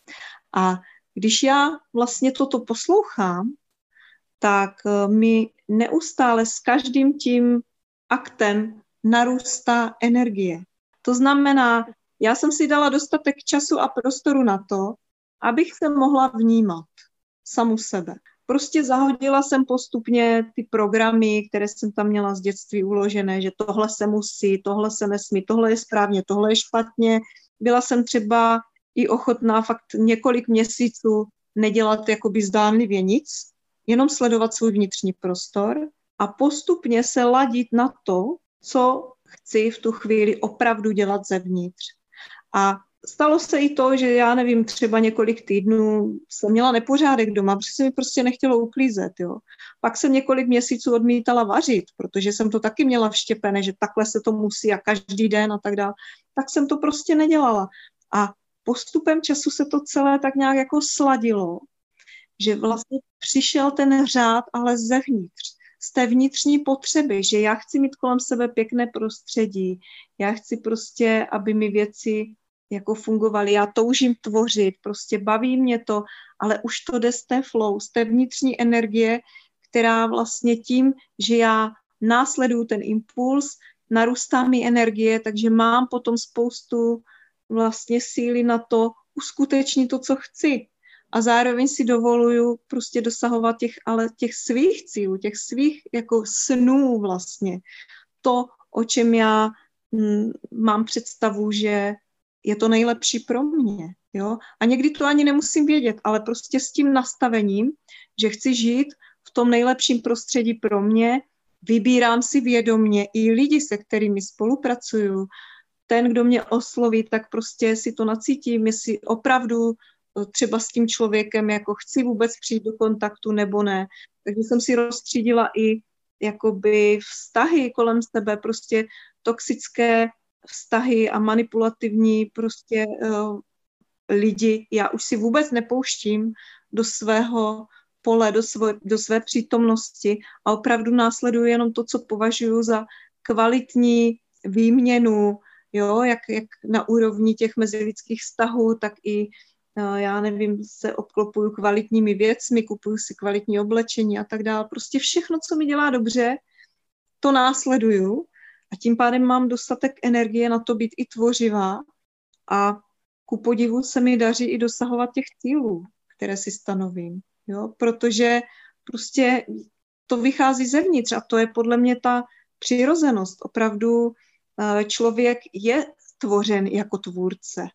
A když já vlastně toto poslouchám, tak mi neustále s každým tím aktem narůstá energie. To znamená, já jsem si dala dostatek času a prostoru na to, abych se mohla vnímat samu sebe. Prostě zahodila jsem postupně ty programy, které jsem tam měla z dětství uložené, že tohle se musí, tohle se nesmí, tohle je správně, tohle je špatně. Byla jsem třeba i ochotná fakt několik měsíců nedělat jakoby zdánlivě nic, jenom sledovat svůj vnitřní prostor a postupně se ladit na to, co chci v tu chvíli opravdu dělat zevnitř. A stalo se i to, že já nevím, třeba několik týdnů jsem měla nepořádek doma, protože se mi prostě nechtělo uklízet. Jo. Pak jsem několik měsíců odmítala vařit, protože jsem to taky měla vštěpené, že takhle se to musí a každý den a tak dále. Tak jsem to prostě nedělala. A postupem času se to celé tak nějak jako sladilo, že vlastně přišel ten řád, ale zevnitř, z té vnitřní potřeby, že já chci mít kolem sebe pěkné prostředí, já chci prostě, aby mi věci jako fungovaly, já toužím tvořit, prostě baví mě to, ale už to jde z té flow, z té vnitřní energie, která vlastně tím, že já následuju ten impuls, narůstá mi energie, takže mám potom spoustu vlastně síly na to uskutečnit to, co chci. A zároveň si dovoluju prostě dosahovat těch svých cílů, těch svých jako snů vlastně. To, o čem já mám představu, že je to nejlepší pro mě. Jo? A někdy to ani nemusím vědět, ale prostě s tím nastavením, že chci žít v tom nejlepším prostředí pro mě, vybírám si vědomě i lidi, se kterými spolupracuju. Ten, kdo mě osloví, tak prostě si to nacítím, jestli opravdu třeba s tím člověkem jako chci vůbec přijít do kontaktu nebo ne. Takže jsem si rozstřídila i jakoby vztahy kolem sebe, prostě toxické vztahy a manipulativní prostě lidi. Já už si vůbec nepouštím do svého pole, do své přítomnosti a opravdu následuju jenom to, co považuji za kvalitní výměnu, jo, jak na úrovni těch mezilidských vztahů, tak i já nevím, se obklopuju kvalitními věcmi, kupuju si kvalitní oblečení a tak dále. Prostě všechno, co mi dělá dobře, to následuju a tím pádem mám dostatek energie na to být i tvořivá a ku podivu se mi daří i dosahovat těch cílů, které si stanovím, jo? Protože prostě to vychází zevnitř a to je podle mě ta přirozenost. Opravdu člověk je tvořen jako tvůrce.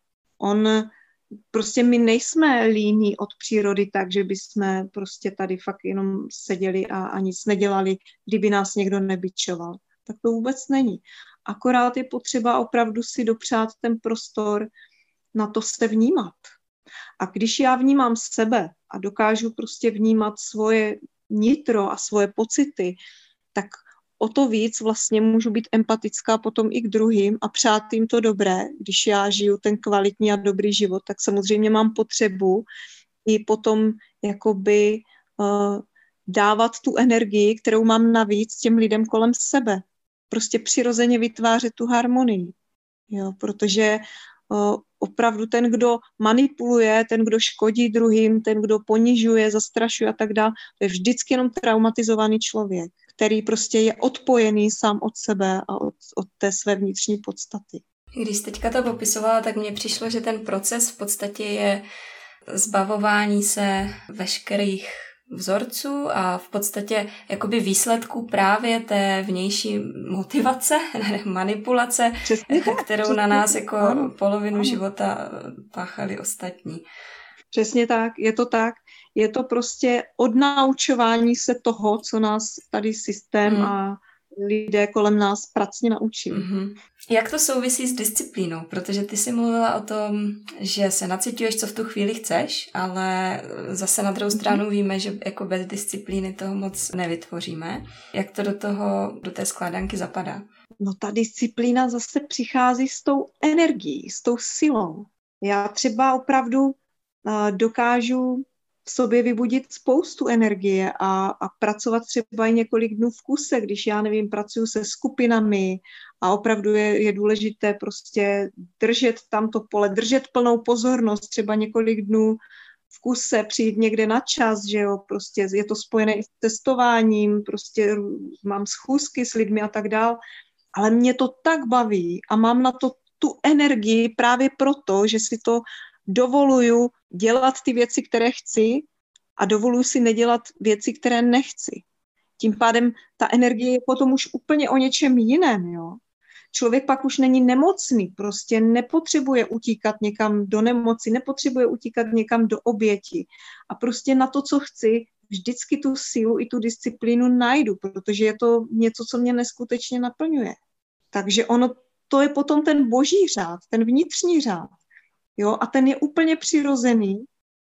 Prostě my nejsme líní od přírody tak, že bychom prostě tady fakt jenom seděli a nic nedělali, kdyby nás někdo nebičoval. Tak to vůbec není. Akorát je potřeba opravdu si dopřát ten prostor na to se vnímat. A když já vnímám sebe a dokážu prostě vnímat svoje nitro a svoje pocity, tak o to víc vlastně můžu být empatická potom i k druhým a přát jim to dobré. Když já žiju ten kvalitní a dobrý život, tak samozřejmě mám potřebu i potom jakoby dávat tu energii, kterou mám navíc těm lidem kolem sebe. Prostě přirozeně vytvářet tu harmonii. Jo, protože opravdu ten, kdo manipuluje, ten, kdo škodí druhým, ten, kdo ponižuje, zastrašuje a tak dále, to je vždycky jenom traumatizovaný člověk, který prostě je odpojený sám od sebe a od té své vnitřní podstaty. Když teďka to popisovala, tak mně přišlo, že ten proces v podstatě je zbavování se veškerých vzorců a v podstatě jakoby výsledků právě té vnější motivace, manipulace, kterou na nás jako polovinu života páchali ostatní. Přesně tak, je to tak. Je to prostě odnaučování se toho, co nás tady systém a lidé kolem nás pracně naučili. Jak to souvisí s disciplínou? Protože ty jsi mluvila o tom, že se naciťuješ, co v tu chvíli chceš, ale zase na druhou stranu víme, že jako bez disciplíny toho moc nevytvoříme. Jak to do té skládanky zapadá? No ta disciplína zase přichází s tou energií, s tou silou. Já třeba opravdu dokážu v sobě vybudit spoustu energie a pracovat třeba i několik dnů v kuse, když já nevím, pracuji se skupinami a opravdu je důležité prostě držet tamto pole, držet plnou pozornost, třeba několik dnů v kuse, přijít někde na čas, že jo, prostě je to spojené i s testováním, prostě mám schůzky s lidmi a tak dál, ale mě to tak baví a mám na to tu energii právě proto, že si to dovoluju dělat ty věci, které chci a dovoluju si nedělat věci, které nechci. Tím pádem ta energie je potom už úplně o něčem jiném, jo. Člověk pak už není nemocný, prostě nepotřebuje utíkat někam do nemoci, nepotřebuje utíkat někam do oběti. A prostě na to, co chci, vždycky tu sílu i tu disciplínu najdu, protože je to něco, co mě neskutečně naplňuje. Takže to je potom ten boží řád, ten vnitřní řád. Jo? A ten je úplně přirozený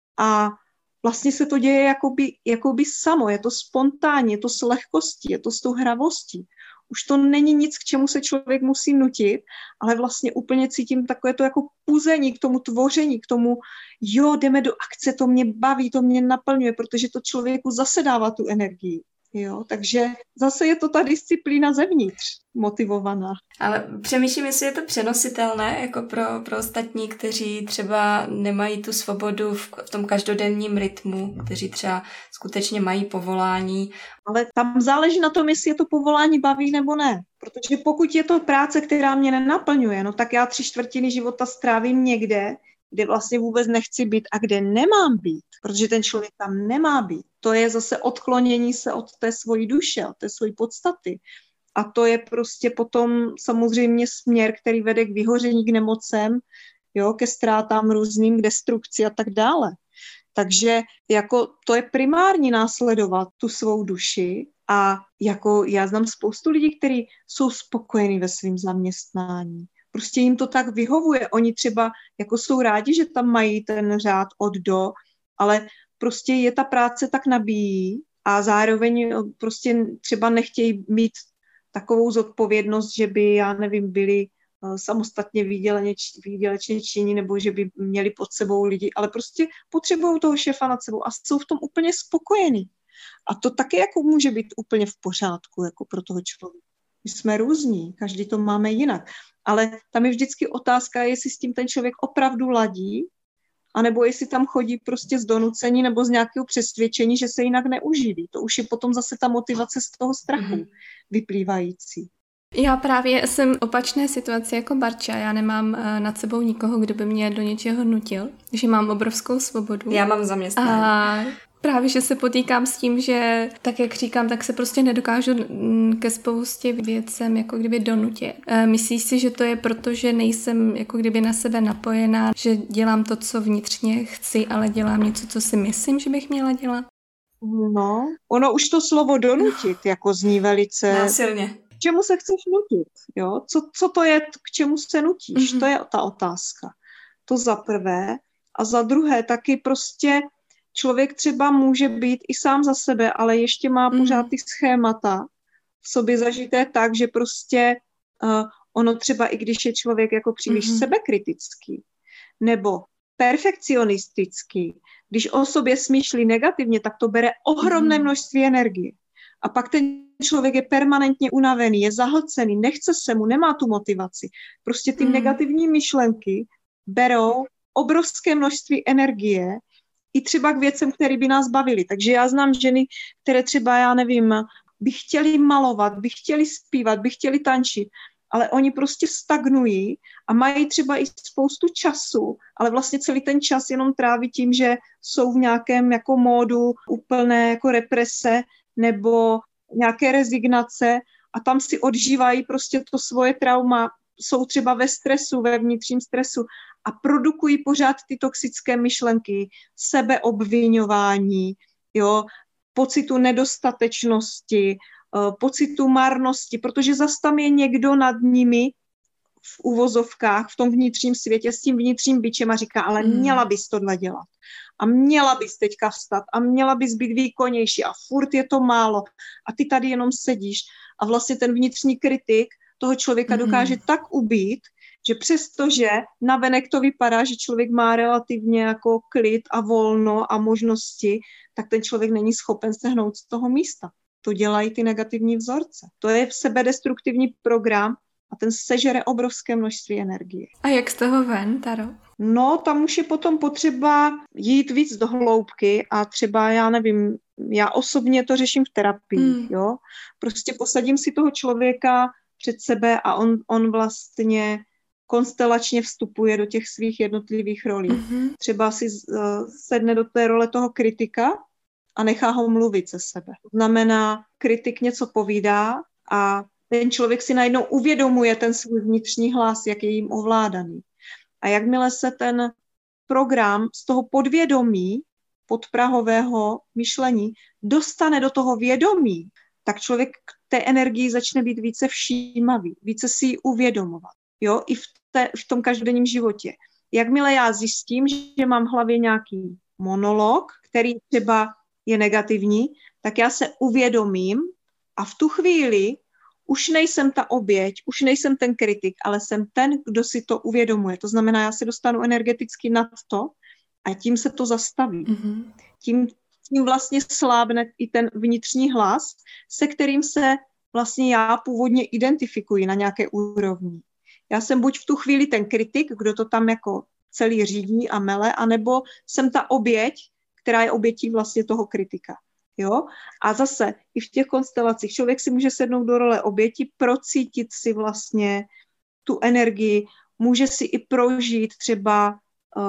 a vlastně se to děje jakoby samo, je to spontánně, je to s lehkostí, je to s tou hravostí. Už to není nic, k čemu se člověk musí nutit, ale vlastně úplně cítím takové to jako puzení k tomu tvoření, k tomu, jo, jdeme do akce, to mě baví, to mě naplňuje, protože to člověku zase dává tu energii. Jo, takže zase je to ta disciplína zevnitř motivovaná. Ale přemýšlím, jestli je to přenositelné jako pro ostatní, kteří třeba nemají tu svobodu v tom každodenním rytmu, kteří třeba skutečně mají povolání. Ale tam záleží na tom, jestli je to povolání baví nebo ne. Protože pokud je to práce, která mě nenaplňuje, no tak já 3/4 života strávím někde, kde vlastně vůbec nechci být a kde nemám být, protože ten člověk tam nemá být. To je zase odklonění se od té svojí duše, od té svojí podstaty. A to je prostě potom samozřejmě směr, který vede k vyhoření, k nemocem, jo, ke ztrátám různým, k destrukci a tak dále. Takže jako to je primární následovat tu svou duši a jako já znám spoustu lidí, kteří jsou spokojení ve svém zaměstnání. Prostě jim to tak vyhovuje. Oni třeba jako jsou rádi, že tam mají ten řád od do, ale prostě je ta práce tak nabíjí a zároveň prostě třeba nechtějí mít takovou zodpovědnost, že by, já nevím, byli samostatně výdělečně činní nebo že by měli pod sebou lidi, ale prostě potřebují toho šéfa nad sebou a jsou v tom úplně spokojení. A to taky jako může být úplně v pořádku jako pro toho člověka. My jsme různí, každý to máme jinak. Ale tam je vždycky otázka, jestli s tím ten člověk opravdu ladí, anebo jestli tam chodí prostě z donucení nebo z nějakého přesvědčení, že se jinak neuživí. To už je potom zase ta motivace z toho strachu vyplývající. Já právě jsem opačné situaci jako Barča. Já nemám nad sebou nikoho, kdo by mě do něčeho nutil, že mám obrovskou svobodu. Já mám zaměstnání. A právě, že se potýkám s tím, že tak, jak říkám, tak se prostě nedokážu ke spoustě věcem jako kdyby donutit. Myslíš si, že to je proto, že nejsem jako kdyby na sebe napojená, že dělám to, co vnitřně chci, ale dělám něco, co si myslím, že bych měla dělat? No, ono už to slovo donutit jako zní velice... Násilně. K čemu se chceš nutit? Jo? Co to je, k čemu se nutíš? To je ta otázka. To za prvé. A za druhé taky prostě člověk třeba může být i sám za sebe, ale ještě má pořád ty schémata v sobě zažité tak, že prostě ono třeba, i když je člověk jako příliš sebekritický nebo perfekcionistický, když o sobě smýšlí negativně, tak to bere ohromné množství energie. A pak ten člověk je permanentně unavený, je zahlcený, nechce se mu, nemá tu motivaci. Prostě ty negativní myšlenky berou obrovské množství energie i třeba k věcem, které by nás bavily. Takže já znám ženy, které třeba, já nevím, by chtěly malovat, by chtěly zpívat, by chtěly tančit, ale oni prostě stagnují a mají třeba i spoustu času, ale vlastně celý ten čas jenom tráví tím, že jsou v nějakém jako módu úplné jako represe nebo nějaké rezignace a tam si odžívají prostě to svoje trauma, jsou třeba ve stresu, ve vnitřním stresu a produkují pořád ty toxické myšlenky, sebeobviňování, jo, pocitu nedostatečnosti, pocitu marnosti, protože zas tam je někdo nad nimi v uvozovkách, v tom vnitřním světě s tím vnitřním bičem a říká, ale měla bys tohle dělat. A měla bys teďka vstat a měla bys být výkonnější a furt je to málo a ty tady jenom sedíš a vlastně ten vnitřní kritik toho člověka dokáže tak ubít, že přestože navenek to vypadá, že člověk má relativně jako klid a volno a možnosti, tak ten člověk není schopen sehnout z toho místa. To dělají ty negativní vzorce. To je sebedestruktivní program a ten sežere obrovské množství energie. A jak z toho ven, Taro? No, tam už je potom potřeba jít víc do hloubky a třeba, já nevím, já osobně to řeším v terapii, jo. Prostě posadím si toho člověka před sebe a on vlastně konstelačně vstupuje do těch svých jednotlivých rolí. Třeba si sedne do té role toho kritika a nechá ho mluvit ze sebe. To znamená, kritik něco povídá a ten člověk si najednou uvědomuje ten svůj vnitřní hlas, jak je jim ovládaný. A jakmile se ten program z toho podvědomí, podprahového myšlení, dostane do toho vědomí, tak člověk k té energii začne být více všímavý, více si ji uvědomovat. Jo, i v tom každodenním životě. Jakmile já zjistím, že mám v hlavě nějaký monolog, který třeba je negativní, tak já se uvědomím a v tu chvíli už nejsem ta oběť, už nejsem ten kritik, ale jsem ten, kdo si to uvědomuje. To znamená, já se dostanu energeticky nad to a tím se to zastaví. Tím vlastně slábne i ten vnitřní hlas, se kterým se vlastně já původně identifikuji na nějaké úrovni. Já jsem buď v tu chvíli ten kritik, kdo to tam jako celý řídí a mele, anebo jsem ta oběť, která je obětí vlastně toho kritika. Jo? A zase i v těch konstelacích člověk si může sednout do role oběti, procítit si vlastně tu energii, může si i prožít třeba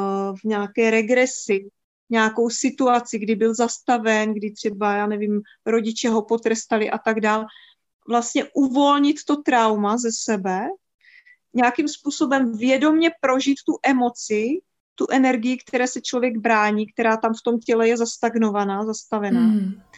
v nějaké regresi, nějakou situaci, kdy byl zastaven, kdy třeba, já nevím, rodiče ho potrestali a tak dál. Vlastně uvolnit to trauma ze sebe, nějakým způsobem vědomě prožít tu emoci, tu energii, které se člověk brání, která tam v tom těle je zastavená.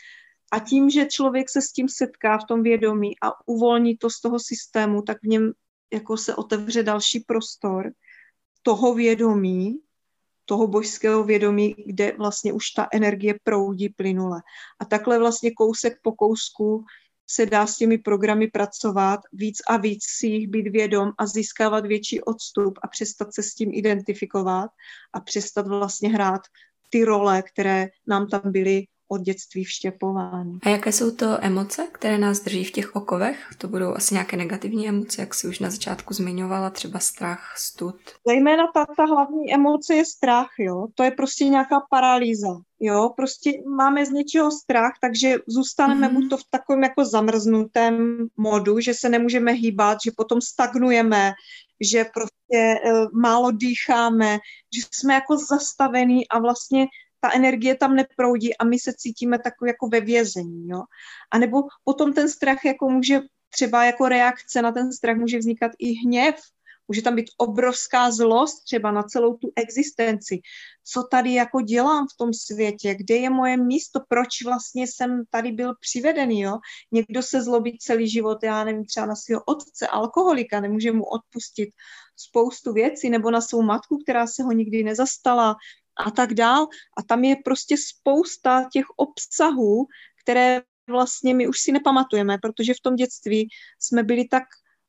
A tím, že člověk se s tím setká v tom vědomí a uvolní to z toho systému, tak v něm jako se otevře další prostor toho vědomí, toho božského vědomí, kde vlastně už ta energie proudí plynule. A takhle vlastně kousek po kousku se dá s těmi programy pracovat, víc a víc si jich být vědom a získávat větší odstup a přestat se s tím identifikovat a přestat vlastně hrát ty role, které nám tam byly od dětství vštěpovány. A jaké jsou to emoce, které nás drží v těch okovech? To budou asi nějaké negativní emoce, jak jsi už na začátku zmiňovala, třeba strach, stud. Zejména ta hlavní emoce je strach, jo. To je prostě nějaká paralýza, jo. Prostě máme z něčeho strach, takže zůstaneme buď to v takovém jako zamrznutém modu, že se nemůžeme hýbat, že potom stagnujeme, že prostě málo dýcháme, že jsme jako zastavení a vlastně ta energie tam neproudí a my se cítíme takový jako ve vězení, jo. A nebo potom ten strach jako může třeba jako reakce na ten strach může vznikat i hněv, může tam být obrovská zlost třeba na celou tu existenci. Co tady jako dělám v tom světě? Kde je moje místo? Proč vlastně jsem tady byl přivedený, jo? Někdo se zlobí celý život, já nevím, třeba na svého otce, alkoholika, nemůže mu odpustit spoustu věcí, nebo na svou matku, která se ho nikdy nezastala, a tak dál. A tam je prostě spousta těch obsahů, které vlastně my už si nepamatujeme, protože v tom dětství jsme byli tak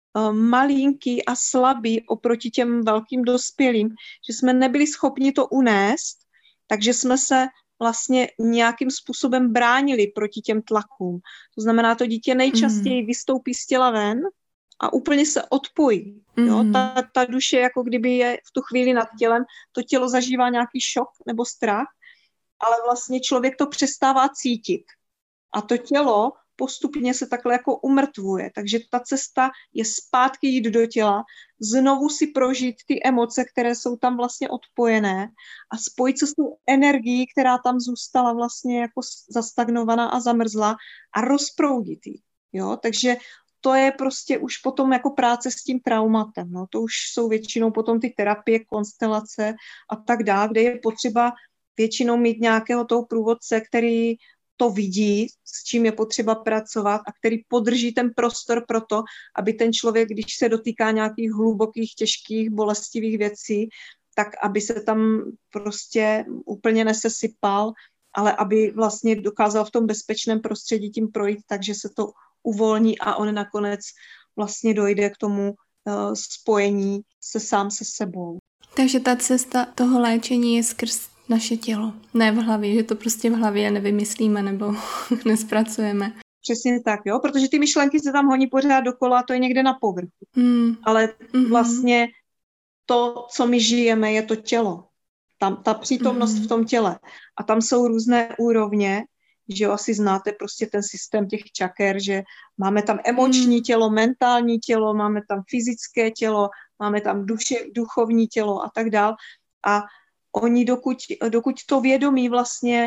malinký a slabí oproti těm velkým dospělým, že jsme nebyli schopni to unést, takže jsme se vlastně nějakým způsobem bránili proti těm tlakům. To znamená, to dítě nejčastěji vystoupí z těla ven a úplně se odpojí. Jo? Ta duše, jako kdyby je v tu chvíli nad tělem, to tělo zažívá nějaký šok nebo strach, ale vlastně člověk to přestává cítit. A to tělo postupně se takhle jako umrtvuje. Takže ta cesta je zpátky jít do těla, znovu si prožít ty emoce, které jsou tam vlastně odpojené a spojit se s tou energií, která tam zůstala vlastně jako zastagnovaná a zamrzla a rozproudit ji. Jo? Takže to je prostě už potom jako práce s tím traumatem. No. To už jsou většinou potom ty terapie, konstelace a tak dále, kde je potřeba většinou mít nějakého toho průvodce, který to vidí, s čím je potřeba pracovat a který podrží ten prostor pro to, aby ten člověk, když se dotýká nějakých hlubokých, těžkých, bolestivých věcí, tak aby se tam prostě úplně nesesypal, ale aby vlastně dokázal v tom bezpečném prostředí tím projít, takže se to uvolní a on nakonec vlastně dojde k tomu spojení sám se sebou. Takže ta cesta toho léčení je skrz naše tělo, ne v hlavě, že to prostě v hlavě nevymyslíme nebo nespracujeme. Přesně tak, jo, protože ty myšlenky se tam honí pořád dokola a to je někde na povrchu. Ale vlastně to, co my žijeme, je to tělo. Tam ta přítomnost v tom těle. A tam jsou různé úrovně, že jo, asi znáte prostě ten systém těch čaker, že máme tam emoční tělo, mentální tělo, máme tam fyzické tělo, máme tam duchovní tělo a tak dál. A oni, dokud to vědomí vlastně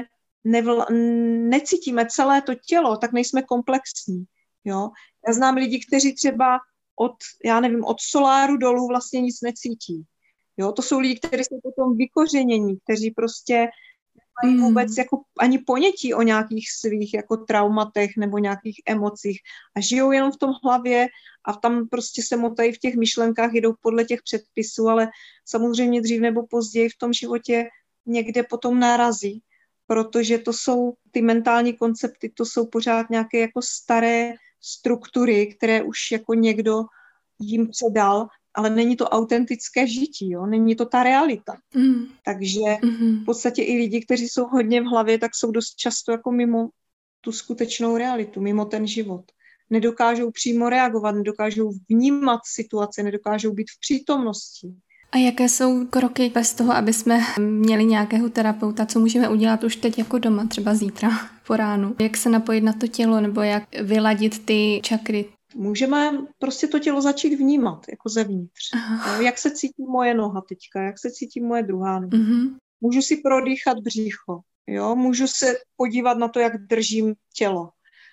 necítíme celé to tělo, tak nejsme komplexní. Jo? Já znám lidi, kteří třeba od soláru dolů vlastně nic necítí. Jo? To jsou lidi, kteří jsou potom vykořenění, kteří prostě nemají vůbec jako ani ponětí o nějakých svých jako traumatech nebo nějakých emocích a žijou jenom v tom hlavě a tam prostě se motají v těch myšlenkách, jedou podle těch předpisů, ale samozřejmě dřív nebo později v tom životě někde potom narazí, protože to jsou ty mentální koncepty, to jsou pořád nějaké jako staré struktury, které už jako někdo jim předal, ale není to autentické žití, jo? Není to ta realita. Takže v podstatě i lidi, kteří jsou hodně v hlavě, tak jsou dost často jako mimo tu skutečnou realitu, mimo ten život. Nedokážou přímo reagovat, nedokážou vnímat situace, nedokážou být v přítomnosti. A jaké jsou kroky bez toho, aby jsme měli nějakého terapeuta? Co můžeme udělat už teď jako doma, třeba zítra po ránu? Jak se napojit na to tělo nebo jak vyladit ty čakry? Můžeme prostě to tělo začít vnímat, jako zevnitř. Jak se cítí moje noha teďka, jak se cítí moje druhá noha. Můžu si prodýchat břicho, jo? Můžu se podívat na to, jak držím tělo.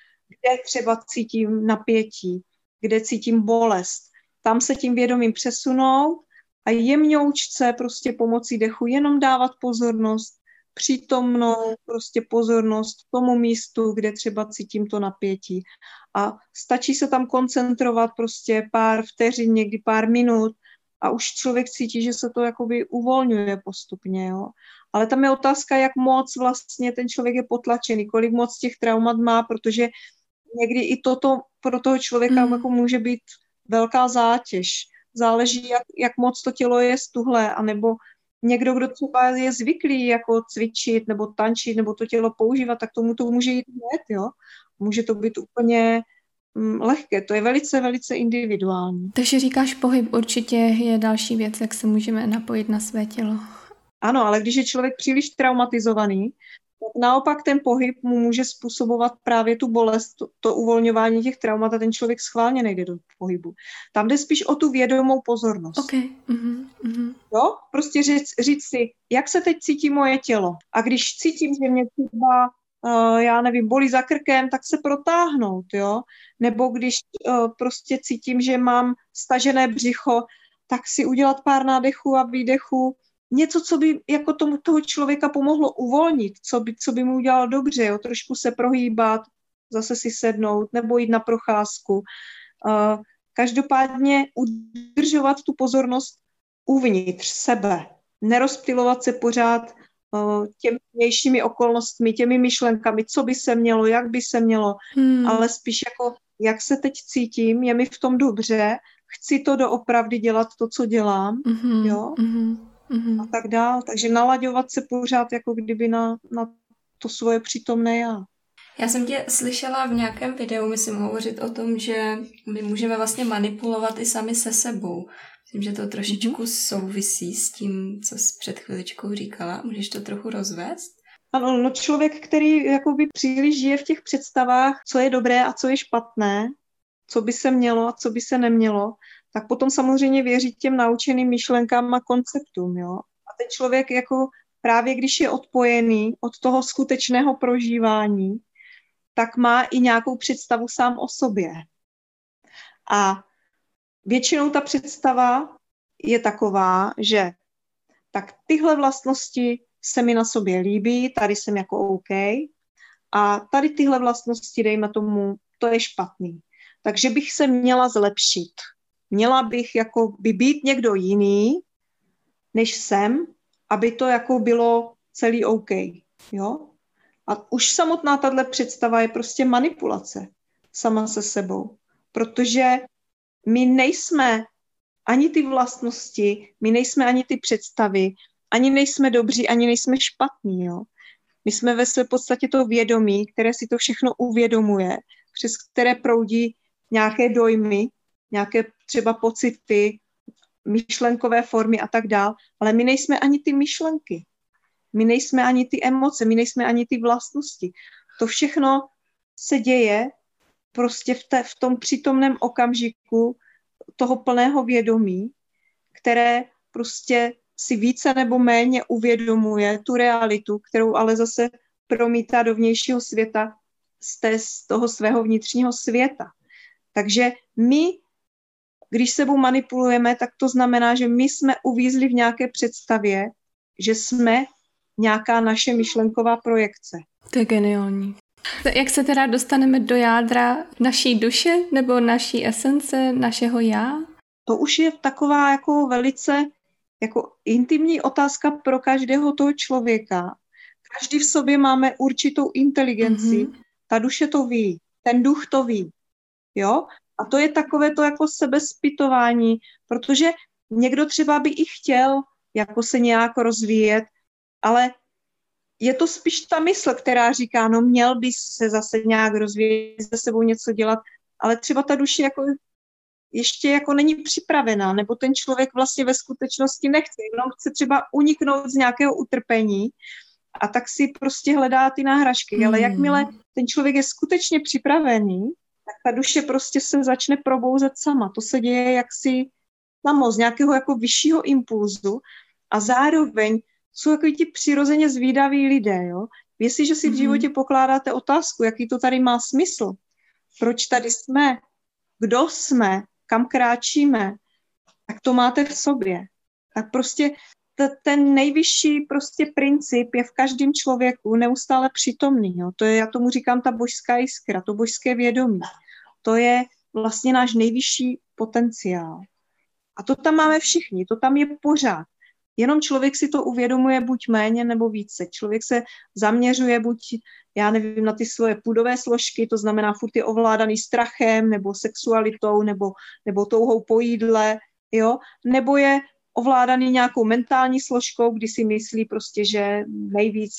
Kde třeba cítím napětí, kde cítím bolest. Tam se tím vědomím přesunout a jemňoučce prostě pomocí dechu jenom dávat pozornost, přítomnou prostě pozornost tomu místu, kde třeba cítím to napětí. A stačí se tam koncentrovat prostě pár vteřin, někdy pár minut a už člověk cítí, že se to jakoby uvolňuje postupně, jo. Ale tam je otázka, jak moc vlastně ten člověk je potlačený, kolik moc těch traumat má, protože někdy i toto pro toho člověka jako může být velká zátěž. Záleží, jak moc to tělo je stuhlé, anebo někdo, kdo třeba je zvyklý jako cvičit nebo tančit nebo to tělo používat, tak tomu to může jít hned, jo. Může to být úplně lehké. To je velice, velice individuální. Takže říkáš, pohyb určitě je další věc, jak se můžeme napojit na své tělo. Ano, ale když je člověk příliš traumatizovaný, tak naopak ten pohyb mu může způsobovat právě tu bolest, to uvolňování těch traumat a ten člověk schválně nejde do pohybu. Tam jde spíš o tu vědomou pozornost. Okay. Jo? Prostě říct si, jak se teď cítí moje tělo. A když cítím, že mě třeba, já nevím, bolí za krkem, tak se protáhnout, jo? Nebo když prostě cítím, že mám stažené břicho, tak si udělat pár nádechů a výdechů. Něco, co by jako toho člověka pomohlo uvolnit, co by mu udělalo dobře, jo? Trošku se prohýbat, zase si sednout nebo jít na procházku. Každopádně udržovat tu pozornost uvnitř sebe. Nerozptylovat se pořád těmi vnějšími okolnostmi, těmi myšlenkami, co by se mělo, jak by se mělo, ale spíš jako, jak se teď cítím, je mi v tom dobře, chci to doopravdy dělat to, co dělám, jo? A tak dál. Takže nalaďovat se pořád jako kdyby na to svoje přítomné já. Já jsem tě slyšela v nějakém videu, myslím, hovořit o tom, že my můžeme vlastně manipulovat i sami se sebou. Myslím, že to trošičku souvisí s tím, co jsi před chviličkou říkala. Můžeš to trochu rozvést? Ano, no člověk, který jakoby příliš žije v těch představách, co je dobré a co je špatné, co by se mělo a co by se nemělo, tak potom samozřejmě věří těm naučeným myšlenkám a konceptům, jo. A ten člověk jako právě když je odpojený od toho skutečného prožívání, tak má i nějakou představu sám o sobě. A většinou ta představa je taková, že tak tyhle vlastnosti se mi na sobě líbí, tady jsem jako OK, a tady tyhle vlastnosti, dejme tomu, to je špatný. Takže bych se měla zlepšit. Měla bych jako by být někdo jiný, než jsem, aby to jako bylo celý OK. Jo? A už samotná tato představa je prostě manipulace sama se sebou. Protože my nejsme ani ty vlastnosti, my nejsme ani ty představy, ani nejsme dobří, ani nejsme špatní. Jo? My jsme ve své podstatě to vědomí, které si to všechno uvědomuje přes které proudí nějaké dojmy, nějaké třeba pocity, myšlenkové formy a tak dál, ale my nejsme ani ty myšlenky, my nejsme ani ty emoce, my nejsme ani ty vlastnosti. To všechno se děje prostě v tom přítomném okamžiku toho plného vědomí, které prostě si více nebo méně uvědomuje tu realitu, kterou ale zase promítá do vnějšího světa z toho svého vnitřního světa. Takže my, když sebou manipulujeme, tak to znamená, že my jsme uvízli v nějaké představě, že jsme nějaká naše myšlenková projekce. To je geniální. Jak se teda dostaneme do jádra naší duše nebo naší esence, našeho já? To už je taková jako velice jako intimní otázka pro každého toho člověka. Každý v sobě máme určitou inteligenci, ta duše to ví, ten duch to ví, jo? A to je takové to jako sebezpytování, protože někdo třeba by i chtěl jako se nějak rozvíjet, ale je to spíš ta mysl, která říká, no měl by se zase nějak rozvíjet, se sebou něco dělat, ale třeba ta duše jako ještě jako není připravená, nebo ten člověk vlastně ve skutečnosti nechce, jenom chce třeba uniknout z nějakého utrpení a tak si prostě hledá ty náhražky. Ale jakmile ten člověk je skutečně připravený, tak ta duše prostě se začne probouzet sama. To se děje jaksi samo, z nějakého jako vyššího impulzu a zároveň jsou jako ti přirozeně zvídaví lidé. Jo? Jestliže si v životě pokládáte otázku, jaký to tady má smysl, proč tady jsme, kdo jsme, kam kráčíme, tak to máte v sobě. Tak prostě ten nejvyšší prostě princip je v každém člověku neustále přítomný. Jo. To je, já tomu říkám, ta božská jiskra, to božské vědomí. To je vlastně náš nejvyšší potenciál. A to tam máme všichni, to tam je pořád. Jenom člověk si to uvědomuje buď méně nebo více. Člověk se zaměřuje buď, já nevím, na ty svoje půdové složky, to znamená furt je ovládaný strachem nebo sexualitou nebo touhou po jídle, jo? Nebo je ovládaný nějakou mentální složkou, kdy si myslí prostě, že nejvíc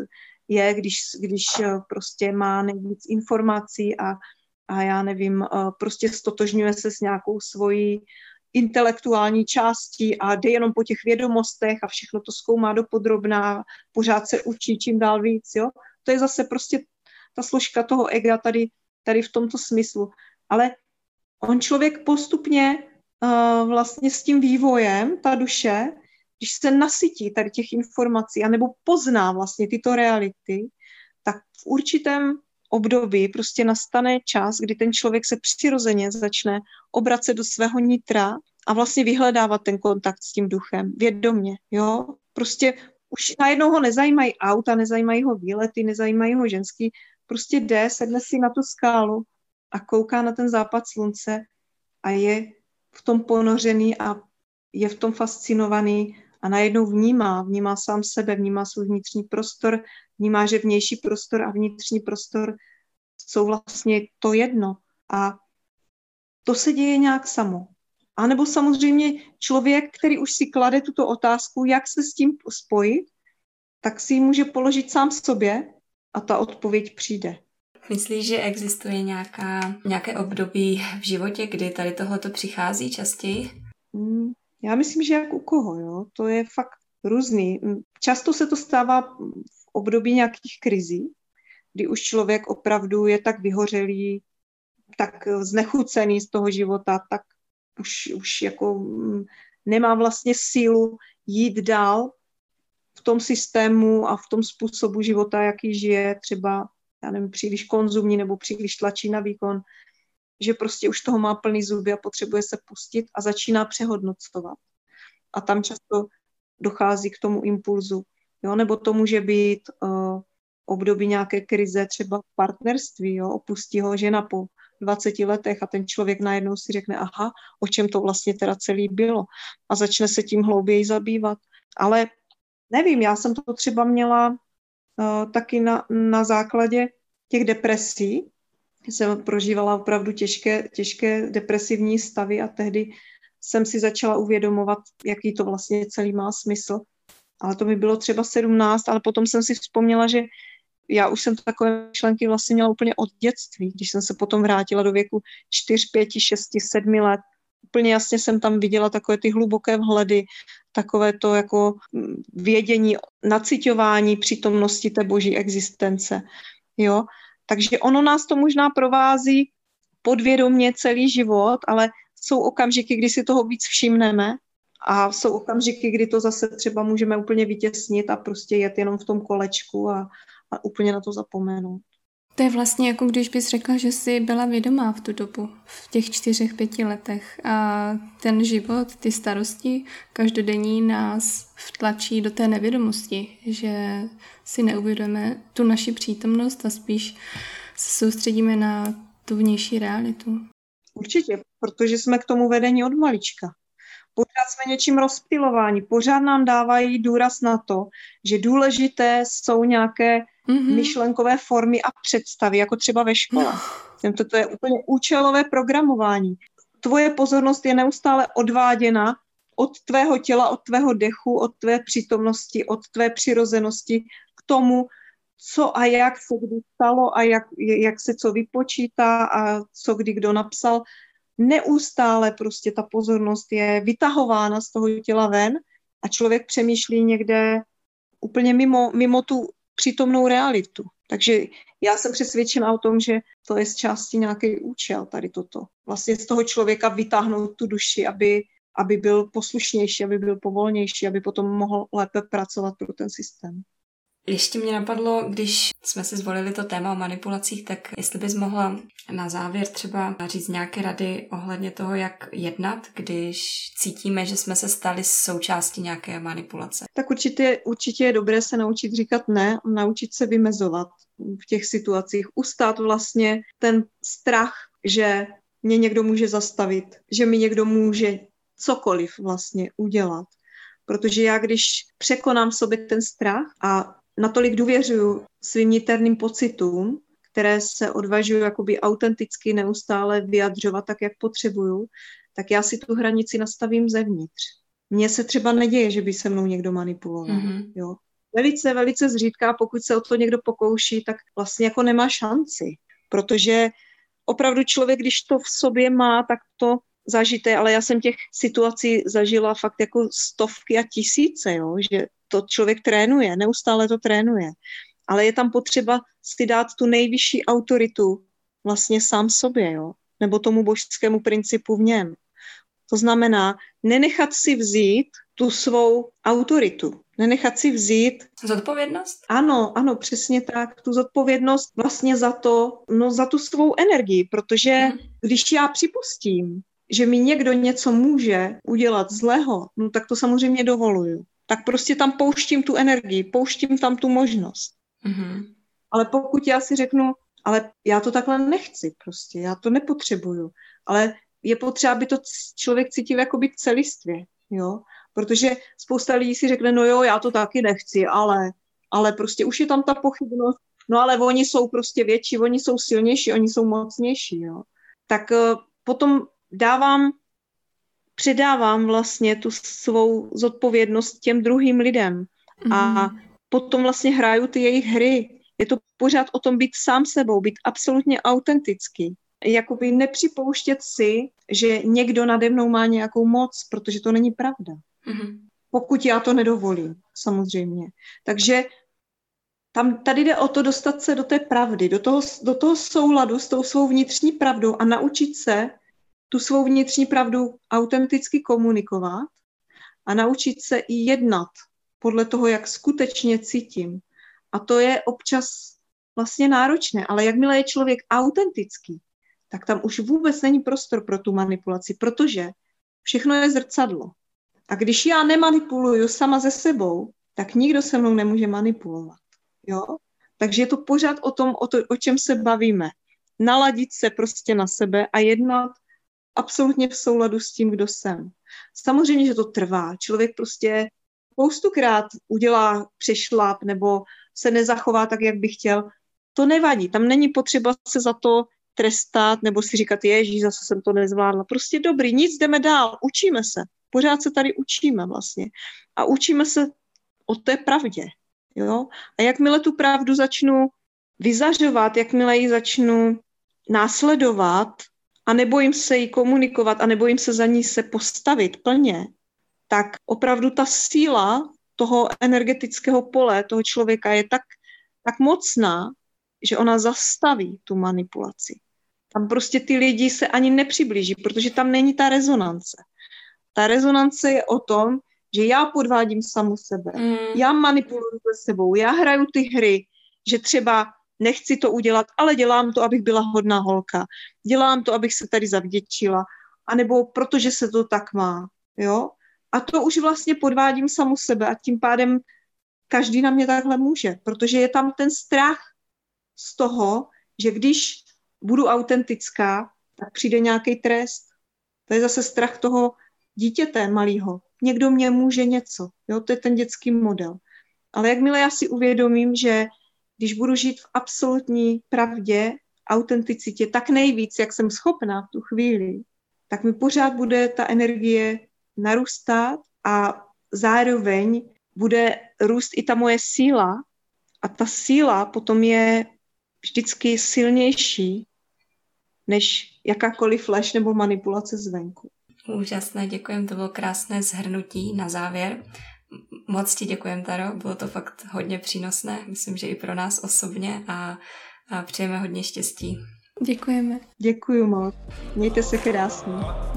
je, když prostě má nejvíc informací a já nevím, prostě stotožňuje se s nějakou svojí intelektuální částí a jde jenom po těch vědomostech a všechno to zkoumá dopodrobná, pořád se učí čím dál víc, jo. To je zase prostě ta složka toho ega tady v tomto smyslu. Ale on člověk postupně vlastně s tím vývojem, ta duše, když se nasytí tady těch informací anebo pozná vlastně tyto reality, tak v určitém období prostě nastane čas, kdy ten člověk se přirozeně začne obracet do svého nitra a vlastně vyhledávat ten kontakt s tím duchem vědomě, jo. Prostě už najednou ho nezajímají auta, nezajímají ho výlety, nezajímají ho ženský, prostě jde, sedne si na tu skálu a kouká na ten západ slunce a je v tom ponořený a je v tom fascinovaný a najednou vnímá sám sebe, vnímá svůj vnitřní prostor, vnímá, že vnější prostor a vnitřní prostor jsou vlastně to jedno. A to se děje nějak samo. A nebo samozřejmě člověk, který už si klade tuto otázku, jak se s tím spojit, tak si ji může položit sám sobě a ta odpověď přijde. Myslíš, že existuje nějaké období v životě, kdy tady tohleto přichází častěji? Já myslím, že jak u koho, jo. To je fakt různý. Často se to stává v období nějakých krizí, kdy už člověk opravdu je tak vyhořelý, tak znechucený z toho života, tak už jako nemá vlastně sílu jít dál v tom systému a v tom způsobu života, jaký žije, třeba, já nevím, příliš konzumní nebo příliš tlačí na výkon, že prostě už toho má plný zuby a potřebuje se pustit a začíná přehodnocovat. A tam často dochází k tomu impulzu. Jo? Nebo to může být období nějaké krize, třeba v partnerství, jo? Opustí ho žena po 20 letech a ten člověk najednou si řekne, aha, o čem to vlastně teda celý bylo. A začne se tím hlouběji zabývat. Ale nevím, já jsem to třeba měla taky na základě těch depresí. Jsem prožívala opravdu těžké depresivní stavy a tehdy jsem si začala uvědomovat, jaký to vlastně celý má smysl. Ale to mi bylo třeba 17, ale potom jsem si vzpomněla, že já už jsem takové myšlenky vlastně měla úplně od dětství, když jsem se potom vrátila do věku 4, 5, 6, 7 let. Úplně jasně jsem tam viděla takové ty hluboké vhledy, takové to jako vědění, naciťování přítomnosti té boží existence. Jo? Takže ono nás to možná provází podvědomě celý život, ale jsou okamžiky, kdy si toho víc všimneme a jsou okamžiky, kdy to zase třeba můžeme úplně vytěsnit a prostě jet jenom v tom kolečku a úplně na to zapomenout. To je vlastně jako když bys řekla, že jsi byla vědomá v tu dobu, v těch 4, 5 letech a ten život, ty starosti každodenní nás vtlačí do té nevědomosti, že si neuvědomíme tu naši přítomnost a spíš se soustředíme na tu vnější realitu. Určitě, protože jsme k tomu vedení od malička. Pořád jsme něčím rozptylováni, pořád nám dávají důraz na to, že důležité jsou nějaké myšlenkové formy a představy, jako třeba ve škole. To je úplně účelové programování. Tvoje pozornost je neustále odváděna od tvého těla, od tvého dechu, od tvé přítomnosti, od tvé přirozenosti k tomu, co a jak se kdy stalo a jak se co vypočítá a co kdy kdo napsal. Neustále prostě ta pozornost je vytahována z toho těla ven a člověk přemýšlí někde úplně mimo tu přítomnou realitu. Takže já jsem přesvědčena o tom, že to je z části nějaký účel tady toto. Vlastně z toho člověka vytáhnout tu duši, aby byl poslušnější, aby byl povolnější, aby potom mohl lépe pracovat pro ten systém. Ještě mě napadlo, když jsme si zvolili to téma o manipulacích, tak jestli bys mohla na závěr třeba říct nějaké rady ohledně toho, jak jednat, když cítíme, že jsme se stali součástí nějaké manipulace. Tak určitě je dobré se naučit říkat ne, naučit se vymezovat v těch situacích, ustát vlastně ten strach, že mě někdo může zastavit, že mi někdo může cokoliv vlastně udělat. Protože já, když překonám v sobě ten strach a natolik důvěřuju svým niterným pocitům, které se odvažují jakoby autenticky neustále vyjadřovat tak, jak potřebuju, tak já si tu hranici nastavím zevnitř. Mně se třeba neděje, že by se mnou někdo manipuloval. Jo? Velice, velice zřídka, pokud se o to někdo pokouší, tak vlastně jako nemá šanci. Protože opravdu člověk, když to v sobě má, tak to zažité, ale já jsem těch situací zažila fakt jako stovky a tisíce, jo? Že to člověk trénuje, neustále to trénuje. Ale je tam potřeba si dát tu nejvyšší autoritu vlastně sám sobě, jo? Nebo tomu božskému principu v něm. To znamená nenechat si vzít tu svou autoritu. Nenechat si vzít... Zodpovědnost? Ano, přesně tak. Tu zodpovědnost vlastně za tu svou energii, protože když já připustím, že mi někdo něco může udělat zlého, no tak to samozřejmě dovoluju. Tak prostě tam pouštím tu energii, pouštím tam tu možnost. Ale pokud já si řeknu, ale já to takhle nechci prostě, já to nepotřebuju, ale je potřeba, aby to člověk cítil jako být celistvě, jo? Protože spousta lidí si řekne, no jo, já to taky nechci, ale prostě už je tam ta pochybnost, no ale oni jsou prostě větší, oni jsou silnější, oni jsou mocnější, jo? Tak potom předávám vlastně tu svou zodpovědnost těm druhým lidem a potom vlastně hraju ty jejich hry. Je to pořád o tom být sám sebou, být absolutně autentický. Jakoby nepřipouštět si, že někdo nade mnou má nějakou moc, protože to není pravda. Pokud já to nedovolím, samozřejmě. Takže tady jde o to dostat se do té pravdy, do toho souladu s tou svou vnitřní pravdou a naučit se tu svou vnitřní pravdu autenticky komunikovat a naučit se i jednat podle toho, jak skutečně cítím. A to je občas vlastně náročné, ale jakmile je člověk autentický, tak tam už vůbec není prostor pro tu manipulaci, protože všechno je zrcadlo. A když já nemanipuluju sama ze sebou, tak nikdo se mnou nemůže manipulovat. Jo? Takže je to pořád o čem se bavíme. Naladit se prostě na sebe a jednat absolutně v souladu s tím, kdo jsem. Samozřejmě, že to trvá. Člověk prostě spoustukrát udělá přešlap nebo se nezachová tak, jak by chtěl. To nevadí. Tam není potřeba se za to trestat nebo si říkat, ježíš, zase jsem to nezvládla. Prostě dobrý, nic, jdeme dál, učíme se. Pořád se tady učíme vlastně. A učíme se o té pravdě. Jo? A jakmile tu pravdu začnu vyzařovat, jakmile ji začnu následovat a nebojím se jí komunikovat a nebojím se za ní se postavit plně, tak opravdu ta síla toho energetického pole toho člověka je tak mocná, že ona zastaví tu manipulaci. Tam prostě ty lidi se ani nepřiblíží, protože tam není ta rezonance. Ta rezonance je o tom, že já podvádím samu sebe. Já manipuluju se sebou, já hraju ty hry, že třeba nechci to udělat, ale dělám to, abych byla hodná holka. Dělám to, abych se tady zavděčila. A nebo protože se to tak má. Jo? A to už vlastně podvádím samu sebe a tím pádem každý na mě takhle může, protože je tam ten strach z toho, že když budu autentická, tak přijde nějaký trest. To je zase strach toho dítěte malého. Někdo mě může něco. Jo? To je ten dětský model. Ale jakmile já si uvědomím, že když budu žít v absolutní pravdě, autenticitě, tak nejvíc, jak jsem schopná v tu chvíli, tak mi pořád bude ta energie narůstat a zároveň bude růst i ta moje síla a ta síla potom je vždycky silnější než jakákoliv lež nebo manipulace zvenku. Úžasné, děkujem, to bylo krásné shrnutí na závěr. Moc ti děkujem, Taro, bylo to fakt hodně přínosné, myslím, že i pro nás osobně a přejeme hodně štěstí. Děkujeme. Děkuju moc, mějte se krásně.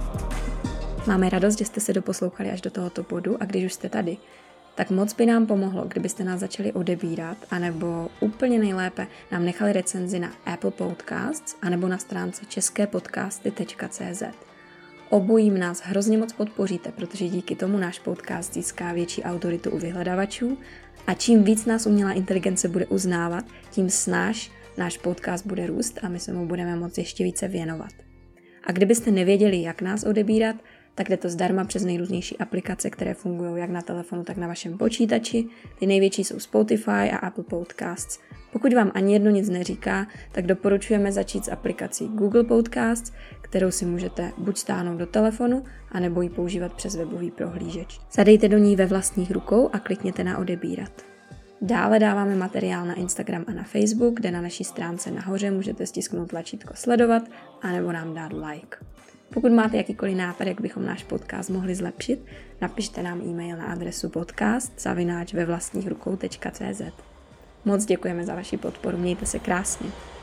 Máme radost, že jste se doposlouchali až do tohoto bodu a když už jste tady, tak moc by nám pomohlo, kdybyste nás začali odebírat, anebo úplně nejlépe nám nechali recenzi na Apple Podcasts, anebo na stránce česképodcasty.cz. Obojím nás hrozně moc podpoříte, protože díky tomu náš podcast získá větší autoritu u vyhledavačů a čím víc nás umělá inteligence bude uznávat, tím snáš náš podcast bude růst a my se mu budeme moci ještě více věnovat. A kdybyste nevěděli, jak nás odebírat, tak jde to zdarma přes nejrůznější aplikace, které fungují jak na telefonu, tak na vašem počítači. Ty největší jsou Spotify a Apple Podcasts. Pokud vám ani jedno nic neříká, tak doporučujeme začít s aplikací Google Podcasts, kterou si můžete buď stáhnout do telefonu, anebo ji používat přes webový prohlížeč. Zadejte do ní ve vlastních rukou a klikněte na odebírat. Dále dáváme materiál na Instagram a na Facebook, kde na naší stránce nahoře můžete stisknout tlačítko sledovat, anebo nám dát like. Pokud máte jakýkoliv nápad, jak bychom náš podcast mohli zlepšit, napište nám e-mail na adresu podcast@vevlastnichrukou.cz. Moc děkujeme za vaši podporu, mějte se krásně.